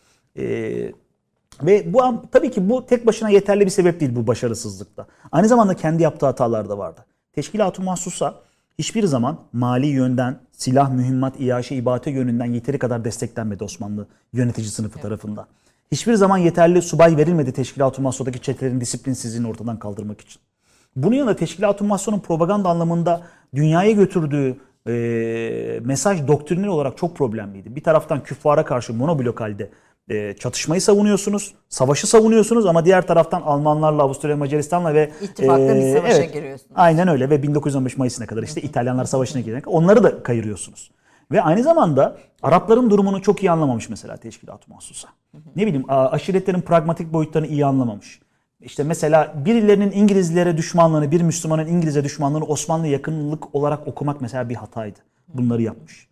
Ee, ve bu tabii ki bu tek başına yeterli bir sebep değil bu başarısızlıkta. Aynı zamanda kendi yaptığı hatalar da vardı. Teşkilat-ı Mahsusa hiçbir zaman mali yönden, silah, mühimmat, iaşe, ibate yönünden yeteri kadar desteklenmedi Osmanlı yönetici sınıfı evet. tarafından. Hiçbir zaman yeterli subay verilmedi Teşkilat-ı Mahsusa'daki çetelerin disiplinsizliğini ortadan kaldırmak için. Bunun yanında Teşkilat-ı Mahsusa'nın propaganda anlamında dünyaya götürdüğü e, mesaj doktrinal olarak çok problemliydi. Bir taraftan küffara karşı monoblok halde e, çatışmayı savunuyorsunuz, savaşı savunuyorsunuz ama diğer taraftan Almanlarla, Avusturya, Macaristan'la ve ittifaklı e, bir savaşa evet, giriyorsunuz. Aynen öyle ve bin dokuz yüz on beş Mayıs'ına kadar işte İtalyanlar Savaşı'na girene kadar onları da kayırıyorsunuz. Ve aynı zamanda Arapların durumunu çok iyi anlamamış mesela Teşkilat-ı Mahsusa. Ne bileyim aşiretlerin pragmatik boyutlarını iyi anlamamış. İşte mesela birilerinin İngilizlere düşmanlığını, bir Müslümanın İngiliz'e düşmanlığını Osmanlı yakınlık olarak okumak mesela bir hataydı. Bunları yapmış.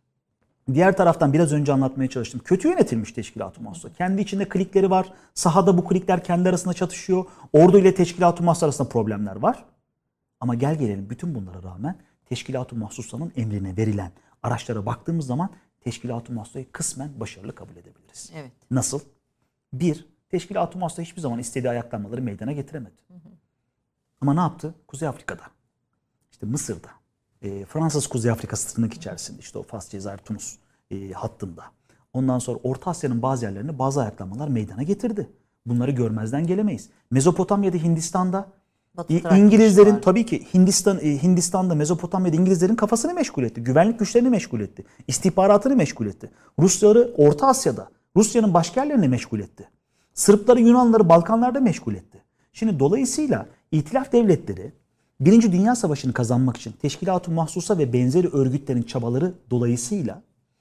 Diğer taraftan biraz önce anlatmaya çalıştım. Kötü yönetilmiş Teşkilat-ı Mahsusa. Kendi içinde klikleri var. Sahada bu klikler kendi arasında çatışıyor. Ordu ile Teşkilat-ı Mahsusa arasında problemler var. Ama gel gelelim bütün bunlara rağmen Teşkilat-ı Mahsusa'nın emrine verilen araçlara baktığımız zaman Teşkilat-ı Mahsusa'yı kısmen başarılı kabul edebiliriz. Evet. Nasıl? Bir, Teşkilat-ı Mahsusa hiçbir zaman istediği ayaklanmaları meydana getiremedi. Hı hı. Ama ne yaptı? Kuzey Afrika'da, işte Mısır'da, e, Fransız Kuzey Afrikası tırnak içerisinde, işte o Fas, Cezayir, Tunus e, hattında. Ondan sonra Orta Asya'nın bazı yerlerinde bazı ayaklanmalar meydana getirdi. Bunları görmezden gelemeyiz. Mezopotamya'da, Hindistan'da Batı İngilizlerin tabii ki Hindistan Hindistan'da, Mezopotamya'da İngilizlerin kafasını meşgul etti. Güvenlik güçlerini meşgul etti. İstihbaratını meşgul etti. Rusları Orta Asya'da, Rusya'nın başka yerlerini meşgul etti. Sırpları, Yunanları Balkanlarda meşgul etti. Şimdi dolayısıyla İtilaf devletleri Birinci Dünya Savaşı'nı kazanmak için Teşkilat-ı Mahsusa ve benzeri örgütlerin çabaları dolayısıyla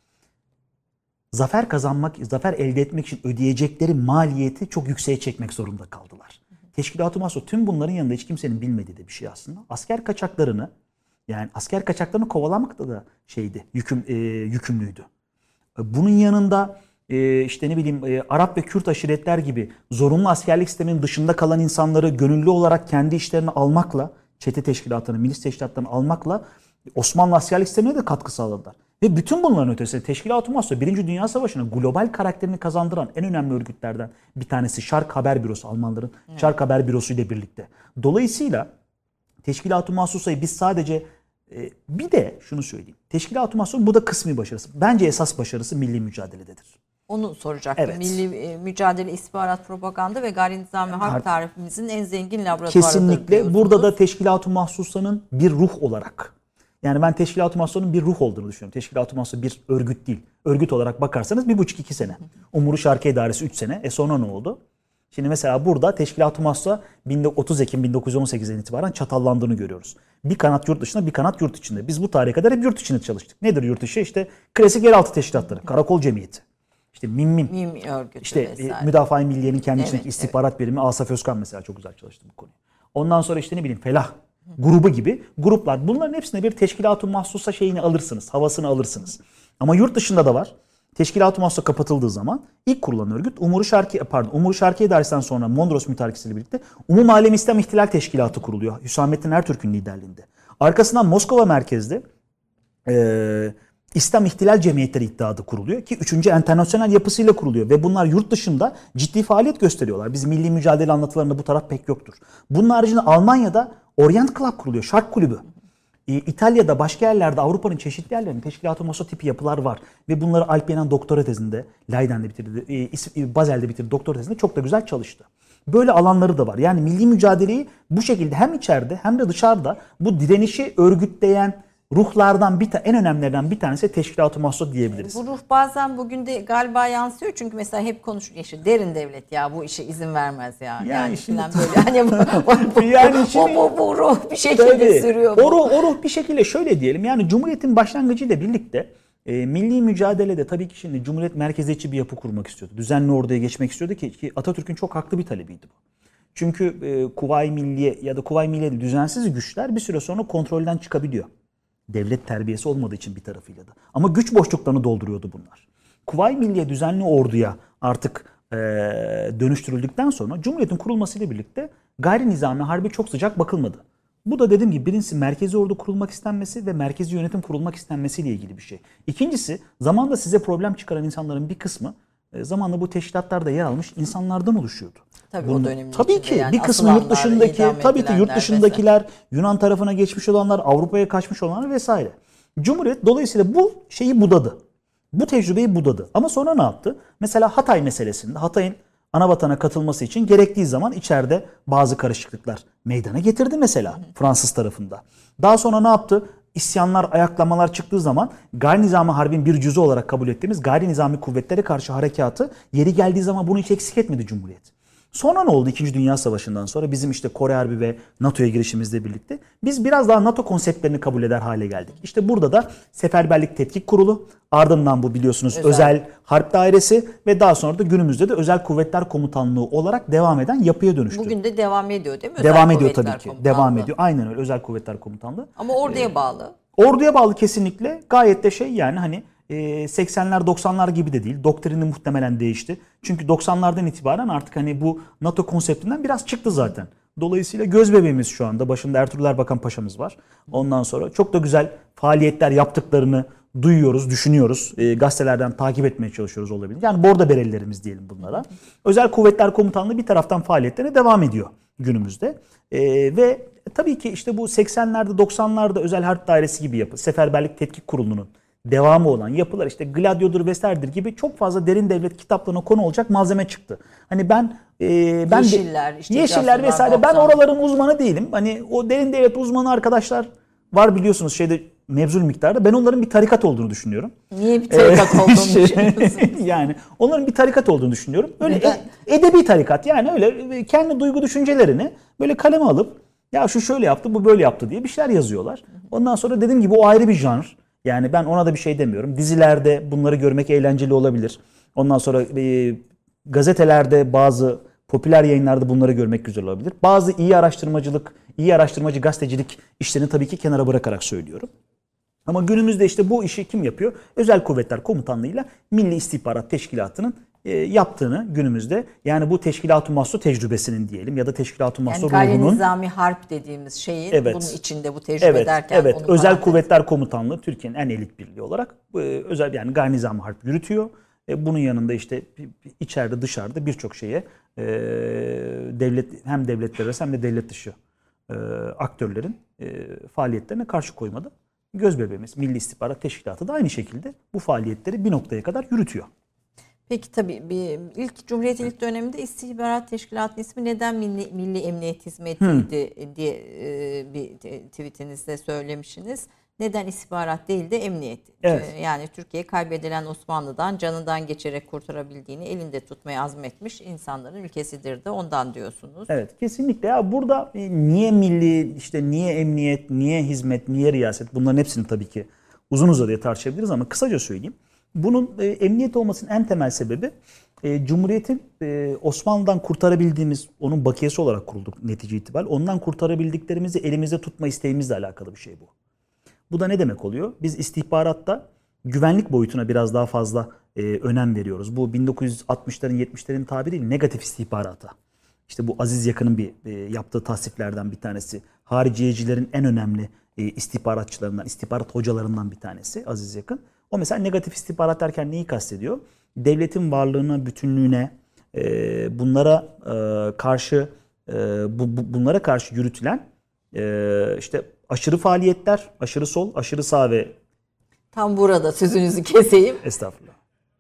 zafer kazanmak, zafer elde etmek için ödeyecekleri maliyeti çok yükseğe çekmek zorunda kaldılar. Teşkilat-ı Mahsusa tüm bunların yanında hiç kimsenin bilmediği de bir şey aslında. Asker kaçaklarını, yani asker kaçaklarını kovalamakta da şeydi, yüküm, e, yükümlüydü. Bunun yanında e, işte ne bileyim e, Arap ve Kürt aşiretler gibi zorunlu askerlik sisteminin dışında kalan insanları gönüllü olarak kendi işlerine almakla, çete teşkilatlarını, milis teşkilatlarını almakla Osmanlı askerlik sistemine de katkı sağladılar. Ve bütün bunların ötesinde Teşkilat-ı Mahsusa Birinci Dünya Savaşı'na global karakterini kazandıran en önemli örgütlerden bir tanesi Şark Haber Bürosu, Almanların evet. Şark Haber Bürosu ile birlikte. Dolayısıyla Teşkilat-ı Mahsusa'yı biz sadece e, bir de şunu söyleyeyim. Teşkilat-ı Mahsusa bu da kısmi başarısı. Bence esas başarısı milli mücadelededir. Onu soracaktım. Evet. Milli e, mücadele, istihbarat, propaganda ve gayri nizami harp tarifimizin en zengin laboratuvarıdır. Kesinlikle. Burada da Teşkilat-ı Mahsusa'nın bir ruh olarak, yani ben Teşkilat-ı Mahsusa'nın bir ruh olduğunu düşünüyorum. Teşkilat-ı Mahsusa bir örgüt değil. Örgüt olarak bakarsanız bir buçuk iki sene. Umuru Şarkiye Dairesi üç sene. E sonra ne oldu? Şimdi mesela burada Teşkilat-ı Mahsusa otuz Ekim bin dokuz yüz on sekizden itibaren çatallandığını görüyoruz. Bir kanat yurt dışında, bir kanat yurt içinde. Biz bu tarihe kadar hep yurt içinde çalıştık. Nedir yurt dışı? İşte klasik yeraltı teşkilatları, karakol cemiyeti. İşte İşte MİM, MİM örgütü işte vesaire. e, Müdafaa-i Milliye'nin kendi Evet, içindeki istihbarat birimi Asaf Özkan mesela çok güzel çalıştı bu konuyu. Ondan sonra işte ne bileyim Felah grubu gibi gruplar. Bunların hepsine bir teşkilat-ı mahsusa şeyini alırsınız, havasını alırsınız. Ama yurt dışında da var. Teşkilat-ı mahsusa kapatıldığı zaman ilk kurulan örgüt Umur-u Şarki, pardon Umur-u Şarki İdaresi'nden sonra Mondros mütarekesiyle birlikte Umum Alem İslam İhtilal Teşkilatı kuruluyor. Hüsamettin Ertürk'ün liderliğinde. Arkasından Moskova merkezli e, İslam İhtilal Cemiyetleri İttihadı kuruluyor ki üçüncü enternasyonel yapısıyla kuruluyor ve bunlar yurt dışında ciddi faaliyet gösteriyorlar. Bizim milli mücadele anlatılarında bu taraf pek yoktur. Bunun haricinde Almanya'da Orient Club kuruluyor, Şark Kulübü. İtalya'da başka yerlerde Avrupa'nın çeşitli yerlerinde teşkilat-ı mahsusa tipi yapılar var. Ve bunları Alp Yenan doktora tezinde, Leiden'de bitirdi, Basel'de bitirdi doktora tezinde çok da güzel çalıştı. Böyle alanları da var. Yani milli mücadeleyi bu şekilde hem içeride hem de dışarıda bu direnişi örgütleyen ruhlardan bir ta- en önemlilerinden bir tanesi teşkilat-ı mahsusa diyebiliriz. Bu ruh bazen bugün de galiba yansıyor çünkü mesela hep konuşuluyor işte derin devlet ya bu işe izin vermez ya. Yani, Yani şimdi- falan böyle hani bu, bu, Yani şimdi- bu, bu, bu ruh bir şekilde Tabii. sürüyor. Bu. O ruh, o ruh bir şekilde şöyle diyelim yani Cumhuriyet'in başlangıcıyla birlikte e, milli mücadelede tabii ki şimdi Cumhuriyet merkeziyetçi bir yapı kurmak istiyordu. Düzenli orduya geçmek istiyordu ki, ki Atatürk'ün çok haklı bir talebiydi bu. Çünkü e, Kuvayi Milliye ya da Kuvayi Milliye düzensiz güçler bir süre sonra kontrolden çıkabiliyor. Devlet terbiyesi olmadığı için bir tarafıyla da. Ama güç boşluklarını dolduruyordu bunlar. Kuvayi Milliye düzenli orduya artık e, dönüştürüldükten sonra Cumhuriyet'in kurulmasıyla birlikte gayri nizami harbi çok sıcak bakılmadı. Bu da dediğim gibi birincisi merkezi ordu kurulmak istenmesi ve merkezi yönetim kurulmak istenmesiyle ilgili bir şey. İkincisi zamanla size problem çıkaran insanların bir kısmı e, zamanla bu teşkilatlarda yer almış insanlardan oluşuyordu. Tabii Bunun, o dönemin tabii içinde ki yani bir kısmı yurt asılanlar, dışındaki, idam tabii ki yurt edilenler dışındakiler, Yunan tarafına geçmiş olanlar, Avrupa'ya kaçmış olanlar vesaire. Cumhuriyet dolayısıyla bu şeyi budadı. Bu tecrübeyi budadı. Ama sonra ne yaptı? Mesela Hatay meselesinde Hatay'ın anavatana katılması için gerektiği zaman içeride bazı karışıklıklar meydana getirdi mesela Fransız tarafında. Daha sonra ne yaptı? İsyanlar, ayaklamalar çıktığı zaman gayri nizami harbin bir cüzü olarak kabul ettiğimiz gayri nizami kuvvetlere karşı harekatı yeri geldiği zaman bunu hiç eksik etmedi Cumhuriyet. Sonra ne oldu İkinci Dünya Savaşı'ndan sonra bizim işte Kore Harbi ve NATO'ya girişimizle birlikte biz biraz daha NATO konseptlerini kabul eder hale geldik. İşte burada da Seferberlik Tetkik Kurulu, ardından bu biliyorsunuz özel, özel Harp Dairesi ve daha sonra da günümüzde de Özel Kuvvetler Komutanlığı olarak devam eden yapıya dönüştü. Bugün de devam ediyor değil mi? Özel devam ediyor Kuvvetler tabii ki. Komutanlığı. Devam ediyor. Aynen öyle Özel Kuvvetler Komutanlığı. Ama orduya ee, bağlı. Orduya bağlı kesinlikle gayet de şey yani hani seksenler doksanlar gibi de değil. Doktrini muhtemelen değişti. Çünkü doksanlardan itibaren artık hani bu NATO konseptinden biraz çıktı zaten. Dolayısıyla göz bebeğimiz şu anda. Başında Ertuğrul Erbakan Paşa'mız var. Ondan sonra çok da güzel faaliyetler yaptıklarını duyuyoruz, düşünüyoruz. E, gazetelerden takip etmeye çalışıyoruz olabilir. Yani bordo berelilerimiz diyelim bunlara. Özel Kuvvetler Komutanlığı bir taraftan faaliyetlerine devam ediyor günümüzde. E, ve tabii ki işte bu seksenlerde doksanlarda Özel Harp Dairesi gibi yapı, Seferberlik Tetkik Kurulu'nun devamı olan yapılar işte Gladio'dur vesairedir gibi çok fazla derin devlet kitaplarına konu olacak malzeme çıktı. Hani ben e, ben Yeşiller, işte Yeşiller vesaire ben oraların uzmanı değilim. Hani o derin devlet uzmanı arkadaşlar var biliyorsunuz şeyde mevzul miktarda. Ben onların bir tarikat olduğunu düşünüyorum. Niye bir tarikat olduğunu düşünüyorsunuz? Yani onların bir tarikat olduğunu düşünüyorum. Öyle e, edebi tarikat yani öyle kendi duygu düşüncelerini böyle kaleme alıp ya şu şöyle yaptı bu böyle yaptı diye bir şeyler yazıyorlar. Ondan sonra dediğim gibi o ayrı bir janr. Yani ben ona da bir şey demiyorum. Dizilerde bunları görmek eğlenceli olabilir. Ondan sonra e, gazetelerde bazı popüler yayınlarda bunları görmek güzel olabilir. Bazı iyi araştırmacılık, iyi araştırmacı gazetecilik işlerini tabii ki kenara bırakarak söylüyorum. Ama günümüzde işte bu işi kim yapıyor? Özel Kuvvetler Komutanlığı'yla Milli İstihbarat Teşkilatı'nın e, yaptığını günümüzde yani bu Teşkilat-ı Mahsusa tecrübesinin diyelim ya da Teşkilat-ı Mahsusa yani ruhunun. Yani nizami harp dediğimiz şeyin evet, bunun içinde bu tecrübe evet, derken. Evet, onu Özel parantez... Kuvvetler Komutanlığı Türkiye'nin en elit birliği olarak e, özel yani gayri nizami harp yürütüyor. E, bunun yanında işte içeride dışarıda birçok şeye e, devlet hem devletler arası hem de devlet dışı e, aktörlerin e, faaliyetlerine karşı koymada. Göz bebeğimiz Milli İstihbarat Teşkilatı da aynı şekilde bu faaliyetleri bir noktaya kadar yürütüyor. Peki tabii bir, ilk Cumhuriyet'in ilk döneminde İstihbarat Teşkilatı'nın ismi neden Milli, Milli Emniyet Hizmeti'ydi hmm. diye e, bir tweetinizde söylemişsiniz. Neden istihbarat değil de emniyet? Evet. Yani Türkiye kaybedilen Osmanlı'dan canından geçerek kurtarabildiğini elinde tutmaya azmetmiş insanların ülkesidir de ondan diyorsunuz. Evet kesinlikle ya burada e, niye milli işte niye emniyet, niye hizmet, niye riyaset bunların hepsini tabii ki uzun uzadıya tartışabiliriz ama kısaca söyleyeyim. Bunun e, emniyet olmasının en temel sebebi e, Cumhuriyet'in e, Osmanlı'dan kurtarabildiğimiz, onun bakiyesi olarak kurulduk netice itibariyle. Ondan kurtarabildiklerimizi elimizde tutma isteğimizle alakalı bir şey bu. Bu da ne demek oluyor? Biz istihbaratta güvenlik boyutuna biraz daha fazla e, önem veriyoruz. Bu bin dokuz yüz altmışların yetmişlerin tabiriyle negatif istihbarata. İşte bu Aziz Yakın'ın bir e, yaptığı tasniflerden bir tanesi. Hariciyecilerin en önemli e, istihbaratçılarından, istihbarat hocalarından bir tanesi Aziz Yakın. O mesela negatif istihbarat derken neyi kastediyor? Devletin varlığına, bütünlüğüne, e, bunlara e, karşı e, bu, bu, bunlara karşı yürütülen e, işte aşırı faaliyetler, aşırı sol, aşırı sağ ve Tam burada sözünüzü keseyim. estağfurullah.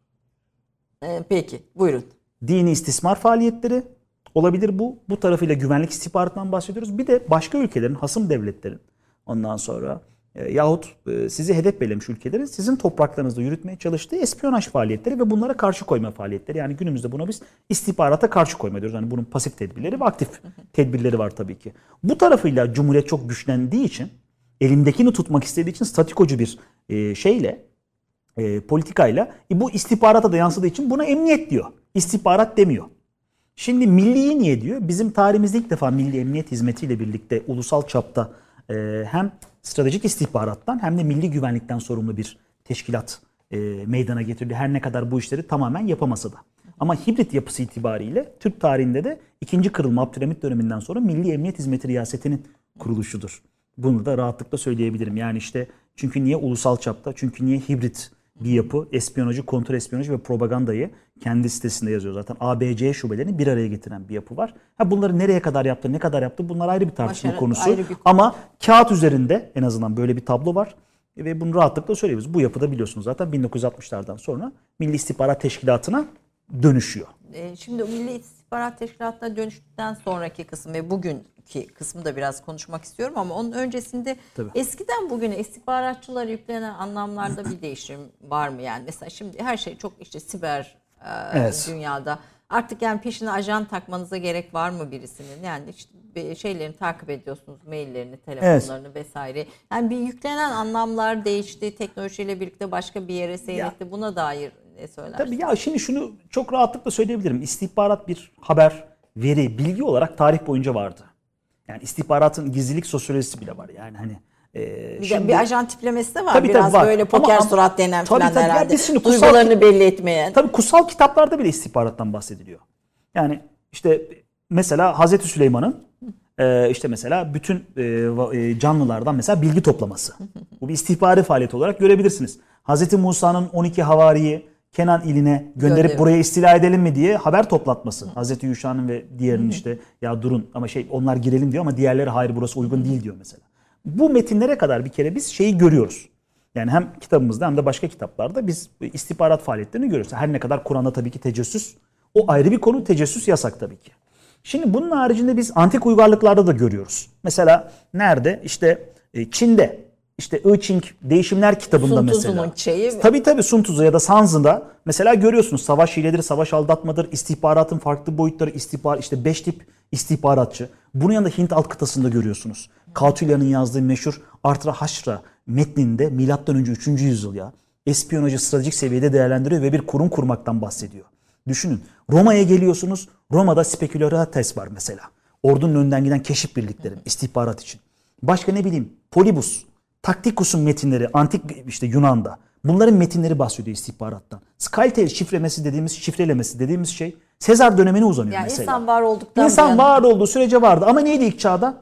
Ee, peki buyurun. Dini istismar faaliyetleri olabilir bu. Bu tarafıyla güvenlik istihbaratından bahsediyoruz. Bir de başka ülkelerin, hasım devletlerin ondan sonra e, yahut e, sizi hedef belirlemiş ülkelerin sizin topraklarınızda yürütmeye çalıştığı espiyonaj faaliyetleri ve bunlara karşı koyma faaliyetleri. Yani günümüzde buna biz istihbarata karşı koyma diyoruz. Yani bunun pasif tedbirleri ve aktif tedbirleri var tabii ki. Bu tarafıyla Cumhuriyet çok güçlendiği için, elindekini tutmak istediği için statikocu bir e, şeyle, e, politikayla e, bu istihbarata da yansıdığı için buna emniyet diyor. İstihbarat demiyor. Şimdi milliyi niye diyor? Bizim tarihimizde ilk defa Milli Emniyet Hizmeti ile birlikte ulusal çapta e, hem stratejik istihbarattan hem de milli güvenlikten sorumlu bir teşkilat e, meydana getirdi. Her ne kadar bu işleri tamamen yapamasa da. Ama hibrit yapısı itibariyle Türk tarihinde de ikinci kırılma Abdülhamit döneminden sonra Milli Emniyet Hizmeti Riyaseti'nin kuruluşudur. Bunu da rahatlıkla söyleyebilirim. Yani işte çünkü niye ulusal çapta? Çünkü niye hibrit bir yapı, espiyonajı, kontra espiyonajı ve propagandayı kendi sitesinde yazıyor zaten. A B C şubelerini bir araya getiren bir yapı var. Ha bunları nereye kadar yaptı, ne kadar yaptı bunlar ayrı bir tartışma Başarı, konusu. ayrı bir konu. Ama kağıt üzerinde en azından böyle bir tablo var. Ve bunu rahatlıkla söyleyebiliriz. Bu yapıda biliyorsunuz zaten bin dokuz yüz altmışlardan sonra Milli İstihbarat Teşkilatı'na dönüşüyor. Ee, şimdi o Milli İstihbarat Teşkilatı'na dönüştükten sonraki kısım ve bugünkü kısmı da biraz konuşmak istiyorum ama onun öncesinde Tabii. eskiden bugüne istihbaratçılara yüklenen anlamlarda bir değişim var mı? Yani mesela şimdi her şey çok işte siber e, Evet. dünyada. Artık yani peşine ajan takmanıza gerek var mı birisinin? Yani işte bir şeylerini takip ediyorsunuz, maillerini, telefonlarını vesaire. Yani bir yüklenen anlamlar değişti, teknolojiyle birlikte başka bir yere seyretti. Buna dair ne söylersiniz? Tabii ya şimdi şunu çok rahatlıkla söyleyebilirim. İstihbarat bir haber, veri, bilgi olarak tarih boyunca vardı. Yani istihbaratın gizlilik sosyolojisi bile var. Yani hani e, Bir, şimdi, bir ajan tiplemesi de var. Tabii, Biraz tabii var. böyle Ama- poker ama- surat denen tabii, falan tabii. Ya herhalde. biz şimdi kutsal- Duygularını belli etmeyen. Tabii kutsal kitaplarda bile istihbarattan bahsediliyor. Yani işte mesela Hazreti Süleyman'ın e, işte mesela bütün e, va- e, canlılardan mesela bilgi toplaması. Bu bir istihbari faaliyet olarak görebilirsiniz. Hazreti Musa'nın on iki havariyi Kenan iline gönderip Gönderim. buraya istila edelim mi diye haber toplatması. Hazreti Yuşa'nın ve diğerinin işte ya durun ama şey onlar girelim diyor ama diğerleri hayır burası uygun değil diyor mesela. Bu metinlere kadar bir kere biz şeyi görüyoruz. Yani hem kitabımızda hem de başka kitaplarda biz istihbarat faaliyetlerini görüyoruz. Her ne kadar Kur'an'da tabii ki tecessüs, o ayrı bir konu, tecessüs yasak tabii ki. Şimdi bunun haricinde biz antik uygarlıklarda da görüyoruz. Mesela nerede? İşte e, Çin'de, işte I Ching Değişimler kitabında Sun mesela. Tzu'nun şeyi. Tabii tabii Sun Tzu ya da Sanzı'da mesela görüyorsunuz savaş hiledir, savaş aldatmadır, istihbaratın farklı boyutları, istihbar işte beş tip istihbaratçı. Bunun yanında Hint alt kıtasında görüyorsunuz. Kautilya'nın yazdığı meşhur Artra Haşra metninde milattan önce üçüncü yüzyıl ya espiyonajı stratejik seviyede değerlendiriyor ve bir kurum kurmaktan bahsediyor. Düşünün Roma'ya geliyorsunuz. Roma'da Spekulates var mesela. Ordunun önden giden keşif birlikleri istihbarat için. Başka ne bileyim Polibus, Taktikus'un metinleri antik işte Yunan'da. Bunların metinleri bahsediyor istihbarattan. Skytel şifremesi dediğimiz şifrelemesi dediğimiz şey Sezar dönemine uzanıyor Yani mesela. insan var olduktan İnsan yani. var olduğu sürece vardı ama neydi ilk çağda?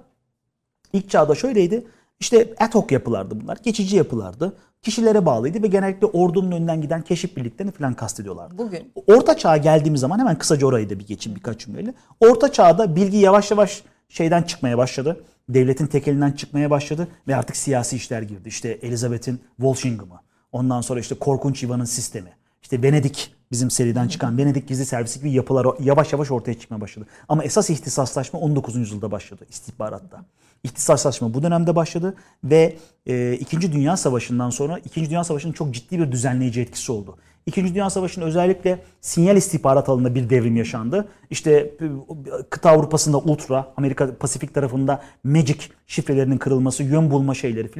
İlk çağda şöyleydi. İşte ad hoc yapılardı bunlar. Geçici yapılardı. Kişilere bağlıydı ve genellikle ordunun önünden giden keşif birliklerini falan kastediyorlardı. Bugün Orta çağa geldiğimiz zaman hemen kısaca orayı da bir geçeyim birkaç cümleyle. Orta çağda bilgi yavaş yavaş şeyden çıkmaya başladı. Devletin tekelinden çıkmaya başladı ve artık siyasi işler girdi. İşte Elizabeth'in Walsingham'ı. Ondan sonra işte Korkunç Ivan'ın sistemi. İşte Venedik bizim seriden çıkan Venedik gizli servisi gibi yapılar yavaş yavaş ortaya çıkmaya başladı. Ama esas ihtisaslaşma on dokuzuncu yüzyılda başladı istihbaratta. İhtisaslaşma bu dönemde başladı ve e, İkinci Dünya Savaşı'ndan sonra İkinci Dünya Savaşı'nın çok ciddi bir düzenleyici etkisi oldu. İkinci Dünya Savaşı'nın özellikle sinyal istihbarat alanında bir devrim yaşandı. İşte kıta Avrupa'sında Ultra, Amerika Pasifik tarafında Magic şifrelerinin kırılması, yön bulma şeyleri filan.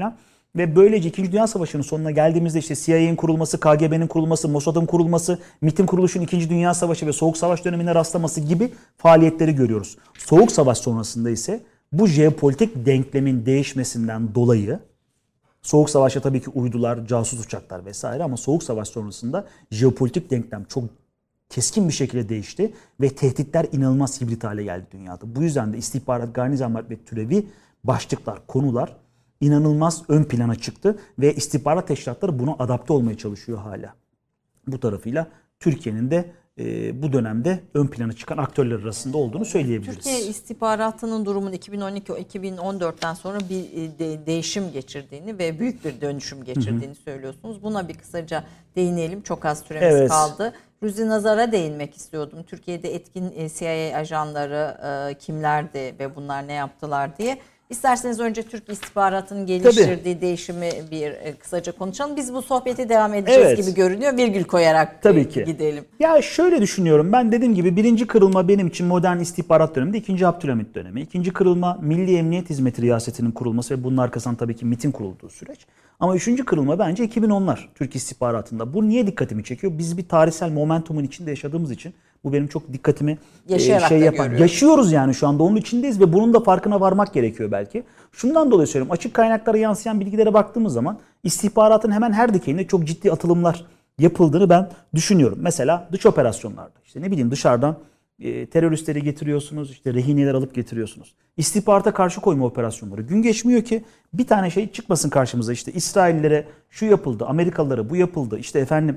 Ve böylece İkinci Dünya Savaşı'nın sonuna geldiğimizde işte C I A'nin kurulması, K G B'nin kurulması, Mossad'ın kurulması, MİT'in kuruluşunun İkinci Dünya Savaşı ve Soğuk Savaş dönemine rastlaması gibi faaliyetleri görüyoruz. Soğuk Savaş sonrasında ise bu jeopolitik denklemin değişmesinden dolayı, Soğuk Savaş'a tabii ki uydular, casus uçaklar vesaire, ama Soğuk Savaş sonrasında jeopolitik denklem çok keskin bir şekilde değişti ve tehditler inanılmaz hibrit hale geldi dünyada. Bu yüzden de istihbarat, garnizon ve türevi başlıklar, konular inanılmaz ön plana çıktı ve istihbarat teşkilatları buna adapte olmaya çalışıyor hala. Bu tarafıyla Türkiye'nin de e, bu dönemde ön plana çıkan aktörler arasında olduğunu söyleyebiliriz. Türkiye istihbaratının durumun iki bin on iki iki bin on dörtten sonra bir de, değişim geçirdiğini ve büyük bir dönüşüm geçirdiğini hı hı. söylüyorsunuz. Buna bir kısaca değinelim. Çok az süremiz evet. kaldı. Ruzi Nazar'a değinmek istiyordum. Türkiye'de etkin C I A ajanları e, kimlerdi ve bunlar ne yaptılar diye. İsterseniz önce Türk istihbaratının geliştirdiği Tabii. değişimi bir e, kısaca konuşalım. Biz bu sohbete devam edeceğiz evet. gibi görünüyor. Virgül koyarak Tabii ki. gidelim. Ya şöyle düşünüyorum. Ben dediğim gibi birinci kırılma benim için modern istihbarat dönemi, ikinci Abdülhamit dönemi. İkinci kırılma Milli Emniyet Hizmeti Riyasetinin kurulması ve bunun arkasından tabii ki MİT'in kurulduğu süreç. Ama üçüncü kırılma bence iki bin onlar Türk istihbaratında. Bu niye dikkatimi çekiyor? Biz bir tarihsel momentumun içinde yaşadığımız için bu benim çok dikkatimi e, şey yapan. Yaşıyoruz yani şu anda onun içindeyiz ve bunun da farkına varmak gerekiyor belki. Şundan dolayı söylüyorum. Açık kaynaklara yansıyan bilgilere baktığımız zaman istihbaratın hemen her dikeyinde çok ciddi atılımlar yapıldığını ben düşünüyorum. Mesela dış operasyonlarda işte ne bileyim dışarıdan e, teröristleri getiriyorsunuz, işte rehineler alıp getiriyorsunuz. İstihbarata karşı koyma operasyonları. Gün geçmiyor ki bir tane şey çıkmasın karşımıza. İşte İsraillilere şu yapıldı, Amerikalılara bu yapıldı, işte efendim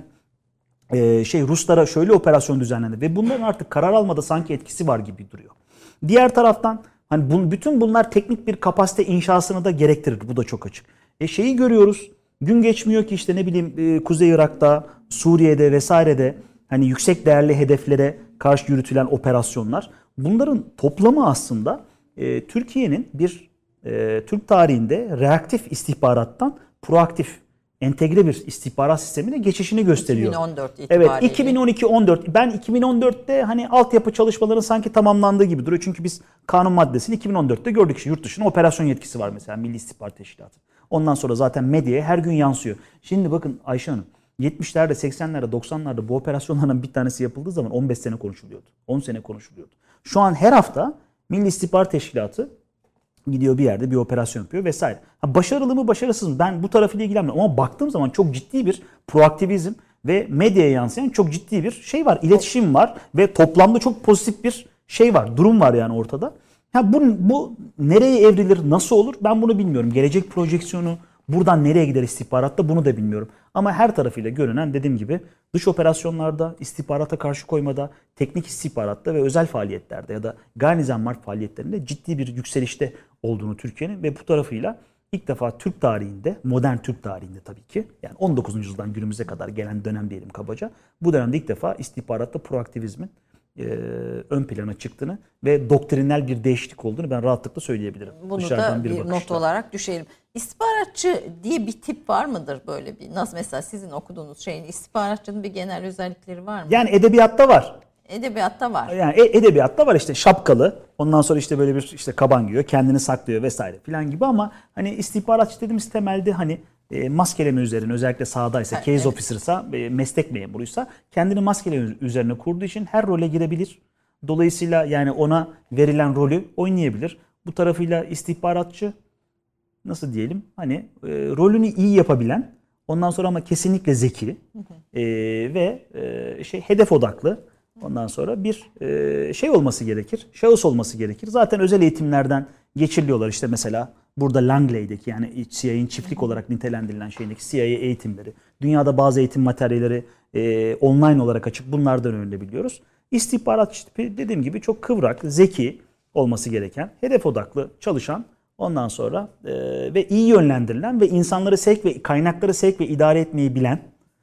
Ee, şey Ruslara şöyle operasyon düzenlendi ve bunların artık karar almada sanki etkisi var gibi duruyor. Diğer taraftan hani bu, bütün bunlar teknik bir kapasite inşasını da gerektirir. Bu da çok açık. E şeyi görüyoruz. Gün geçmiyor ki işte ne bileyim e, Kuzey Irak'ta, Suriye'de vesairede hani yüksek değerli hedeflere karşı yürütülen operasyonlar. Bunların toplamı aslında e, Türkiye'nin bir e, Türk tarihinde reaktif istihbarattan proaktif entegre bir istihbarat sistemine geçişini gösteriyor. iki bin on dört itibariyle. Evet, iki bin on iki on dört. Ben iki bin on dörtte hani altyapı çalışmalarının sanki tamamlandığı gibi duruyor. Çünkü biz kanun maddesini iki bin on dörtte gördük. İşte yurt dışına operasyon yetkisi var mesela Milli İstihbarat Teşkilatı. Ondan sonra zaten medyaya her gün yansıyor. Şimdi bakın Ayşe Hanım, yetmişlerde, seksenlerde, doksanlarda bu operasyonlardan bir tanesi yapıldığı zaman on beş sene konuşuluyordu. on sene konuşuluyordu. Şu an her hafta Milli İstihbarat Teşkilatı gidiyor bir yerde bir operasyon yapıyor vesaire. Ha, başarılı mı başarısız mı? Ben bu tarafıyla ilgilenmiyorum. Ama baktığım zaman çok ciddi bir proaktivizm ve medyaya yansıyan çok ciddi bir şey var. İletişim var ve toplamda çok pozitif bir şey var. Durum var yani ortada. Ha, bu, bu nereye evrilir, nasıl olur ben bunu bilmiyorum. Gelecek projeksiyonu buradan nereye gider istihbaratta bunu da bilmiyorum. Ama her tarafıyla görünen dediğim gibi dış operasyonlarda, istihbarata karşı koymada, teknik istihbaratta ve özel faaliyetlerde ya da garnizon faaliyetlerinde ciddi bir yükselişte olduğunu Türkiye'nin ve bu tarafıyla ilk defa Türk tarihinde, modern Türk tarihinde tabii ki yani on dokuzuncu yüzyıldan günümüze kadar gelen dönem diyelim kabaca. Bu dönemde ilk defa istihbaratta proaktivizmin e, ön plana çıktığını ve doktrinal bir değişiklik olduğunu ben rahatlıkla söyleyebilirim. Bunu Dışarıdan da bir, bir not olarak düşelim. İstihbaratçı diye bir tip var mıdır böyle bir? Nasıl mesela sizin okuduğunuz şeyin istihbaratçının bir genel özellikleri var mı? Yani edebiyatta var. Edebiyatta var. Yani edebiyatta var işte şapkalı. Ondan sonra işte böyle bir işte kaban giyiyor, kendini saklıyor vesaire filan gibi ama hani istihbaratçı dediğimiz temelde hani e, maskeleme üzerine özellikle sahadaysa, case evet. officer'sa, e, meslek memuruysa kendini maskeleme üzerine kurduğu için her role girebilir. Dolayısıyla yani ona verilen rolü oynayabilir. Bu tarafıyla istihbaratçı nasıl diyelim hani e, rolünü iyi yapabilen ondan sonra ama kesinlikle zeki e, ve e, şey hedef odaklı. Ondan sonra bir e, şey olması gerekir, şahıs olması gerekir. Zaten özel eğitimlerden geçiriliyorlar. İşte mesela burada Langley'deki yani C I A'nin çiftlik olarak nitelendirilen şeydeki C I A eğitimleri. Dünyada bazı eğitim materyalleri e, online olarak açık. Bunlardan öğrenebiliyoruz. İstihbarat tipi dediğim gibi çok kıvrak, zeki olması gereken, hedef odaklı çalışan, ondan sonra e, ve iyi yönlendirilen ve insanları sevk ve kaynakları sevk ve idare etmeyi bilen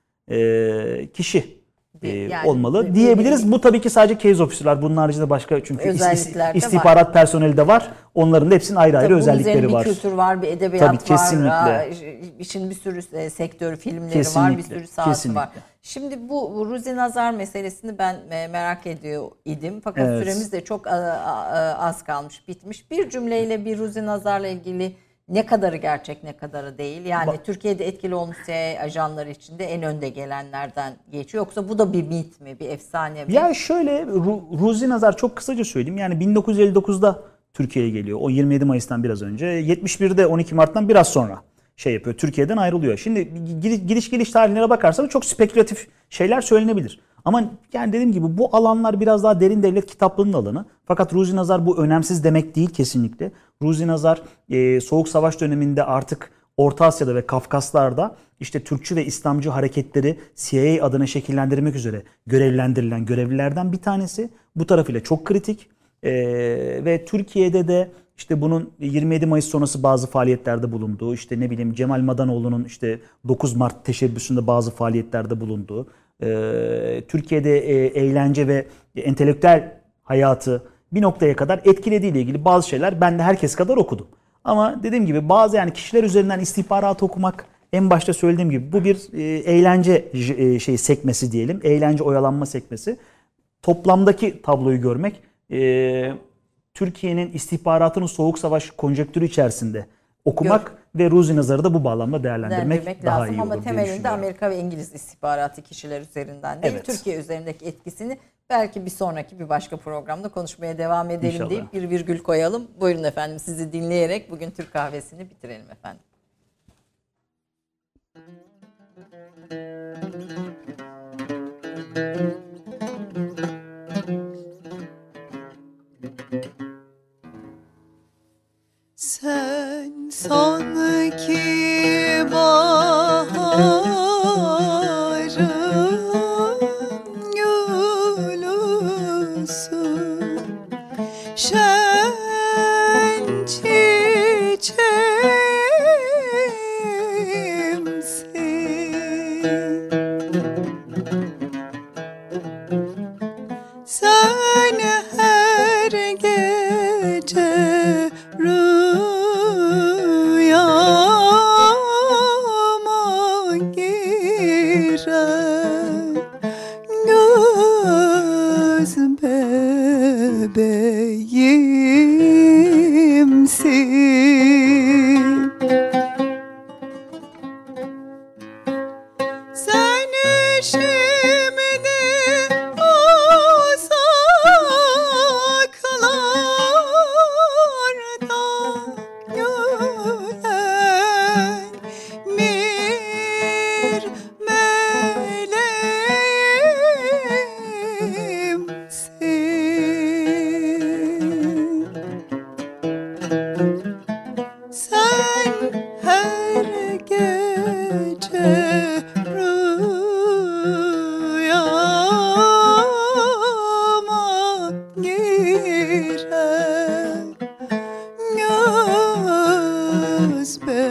e, kişi. Yani, olmalı diyebiliriz. Bir, bu tabii ki sadece case officer'lar. Bunun haricinde başka çünkü istihbarat var. Personeli de var. Onların da hepsinin ayrı ayrı tabii özellikleri var. Bir kültür var, bir edebiyat tabii, kesinlikle. var. İşin bir sürü sektör filmleri kesinlikle. var, bir sürü sahası kesinlikle. var. Şimdi bu Ruzi Nazar meselesini ben merak ediyor idim. Fakat evet. süremiz de çok az kalmış, bitmiş. Bir cümleyle bir Ruzi Nazar'la ilgili Ne kadarı gerçek, ne kadarı değil? Yani Ba- Türkiye'de etkili olmuş C I A ajanları içinde en önde gelenlerden geçiyor. Yoksa bu da bir mit mi, bir efsane mi? Ya şöyle, Ru- Ruzi Nazar, çok kısaca söyleyeyim. Yani bin dokuz yüz elli dokuzda Türkiye'ye geliyor. O yirmi yedi Mayıs'tan biraz önce. yetmiş birde on iki Mart'tan biraz sonra şey yapıyor. Türkiye'den ayrılıyor. Şimdi giriş gidiş, geliş tarihlerine bakarsanız çok spekülatif şeyler söylenebilir. Ama yani dediğim gibi bu alanlar biraz daha derin devlet kitaplığının alanı. Fakat Ruzi Nazar bu önemsiz demek değil kesinlikle. Ruzi Nazar e, Soğuk Savaş döneminde artık Orta Asya'da ve Kafkaslar'da işte Türkçü ve İslamcı hareketleri C I A adına şekillendirmek üzere görevlendirilen görevlilerden bir tanesi. Bu tarafıyla çok kritik. Ee, ve Türkiye'de de işte bunun yirmi yedi Mayıs sonrası bazı faaliyetlerde bulunduğu, işte ne bileyim Cemal Madanoğlu'nun işte dokuz Mart teşebbüsünde bazı faaliyetlerde bulunduğu, e, Türkiye'de e, eğlence ve entelektüel hayatı bir noktaya kadar etkilediğiyle ilgili bazı şeyler ben de herkes kadar okudum. Ama dediğim gibi bazı yani kişiler üzerinden istihbarat okumak, en başta söylediğim gibi bu bir e, eğlence e, şey sekmesi diyelim, eğlence oyalanma sekmesi. Toplamdaki tabloyu görmek, e, Türkiye'nin istihbaratının Soğuk Savaş konjektürü içerisinde okumak Gör. ve Ruzi Nazar'ı da bu bağlamda değerlendirmek, değerlendirmek daha lazım. iyi olur ama diye temelinde düşünüyorum. Amerika ve İngiliz istihbaratı kişiler üzerinden değil, Evet. Türkiye üzerindeki etkisini belki bir sonraki bir başka programda konuşmaya devam edelim İnşallah. deyip bir virgül koyalım. Buyurun efendim, sizi dinleyerek bugün Türk kahvesini bitirelim efendim. Sen sanki baharın gülüsün, şen çiçeğimsin. Sen her gece rüyama giren göz bebeğimsin. Sen şimdi uzaklarda gülen bir meleğimsin. Sen her gece rüyama giren göz bebeğimsin.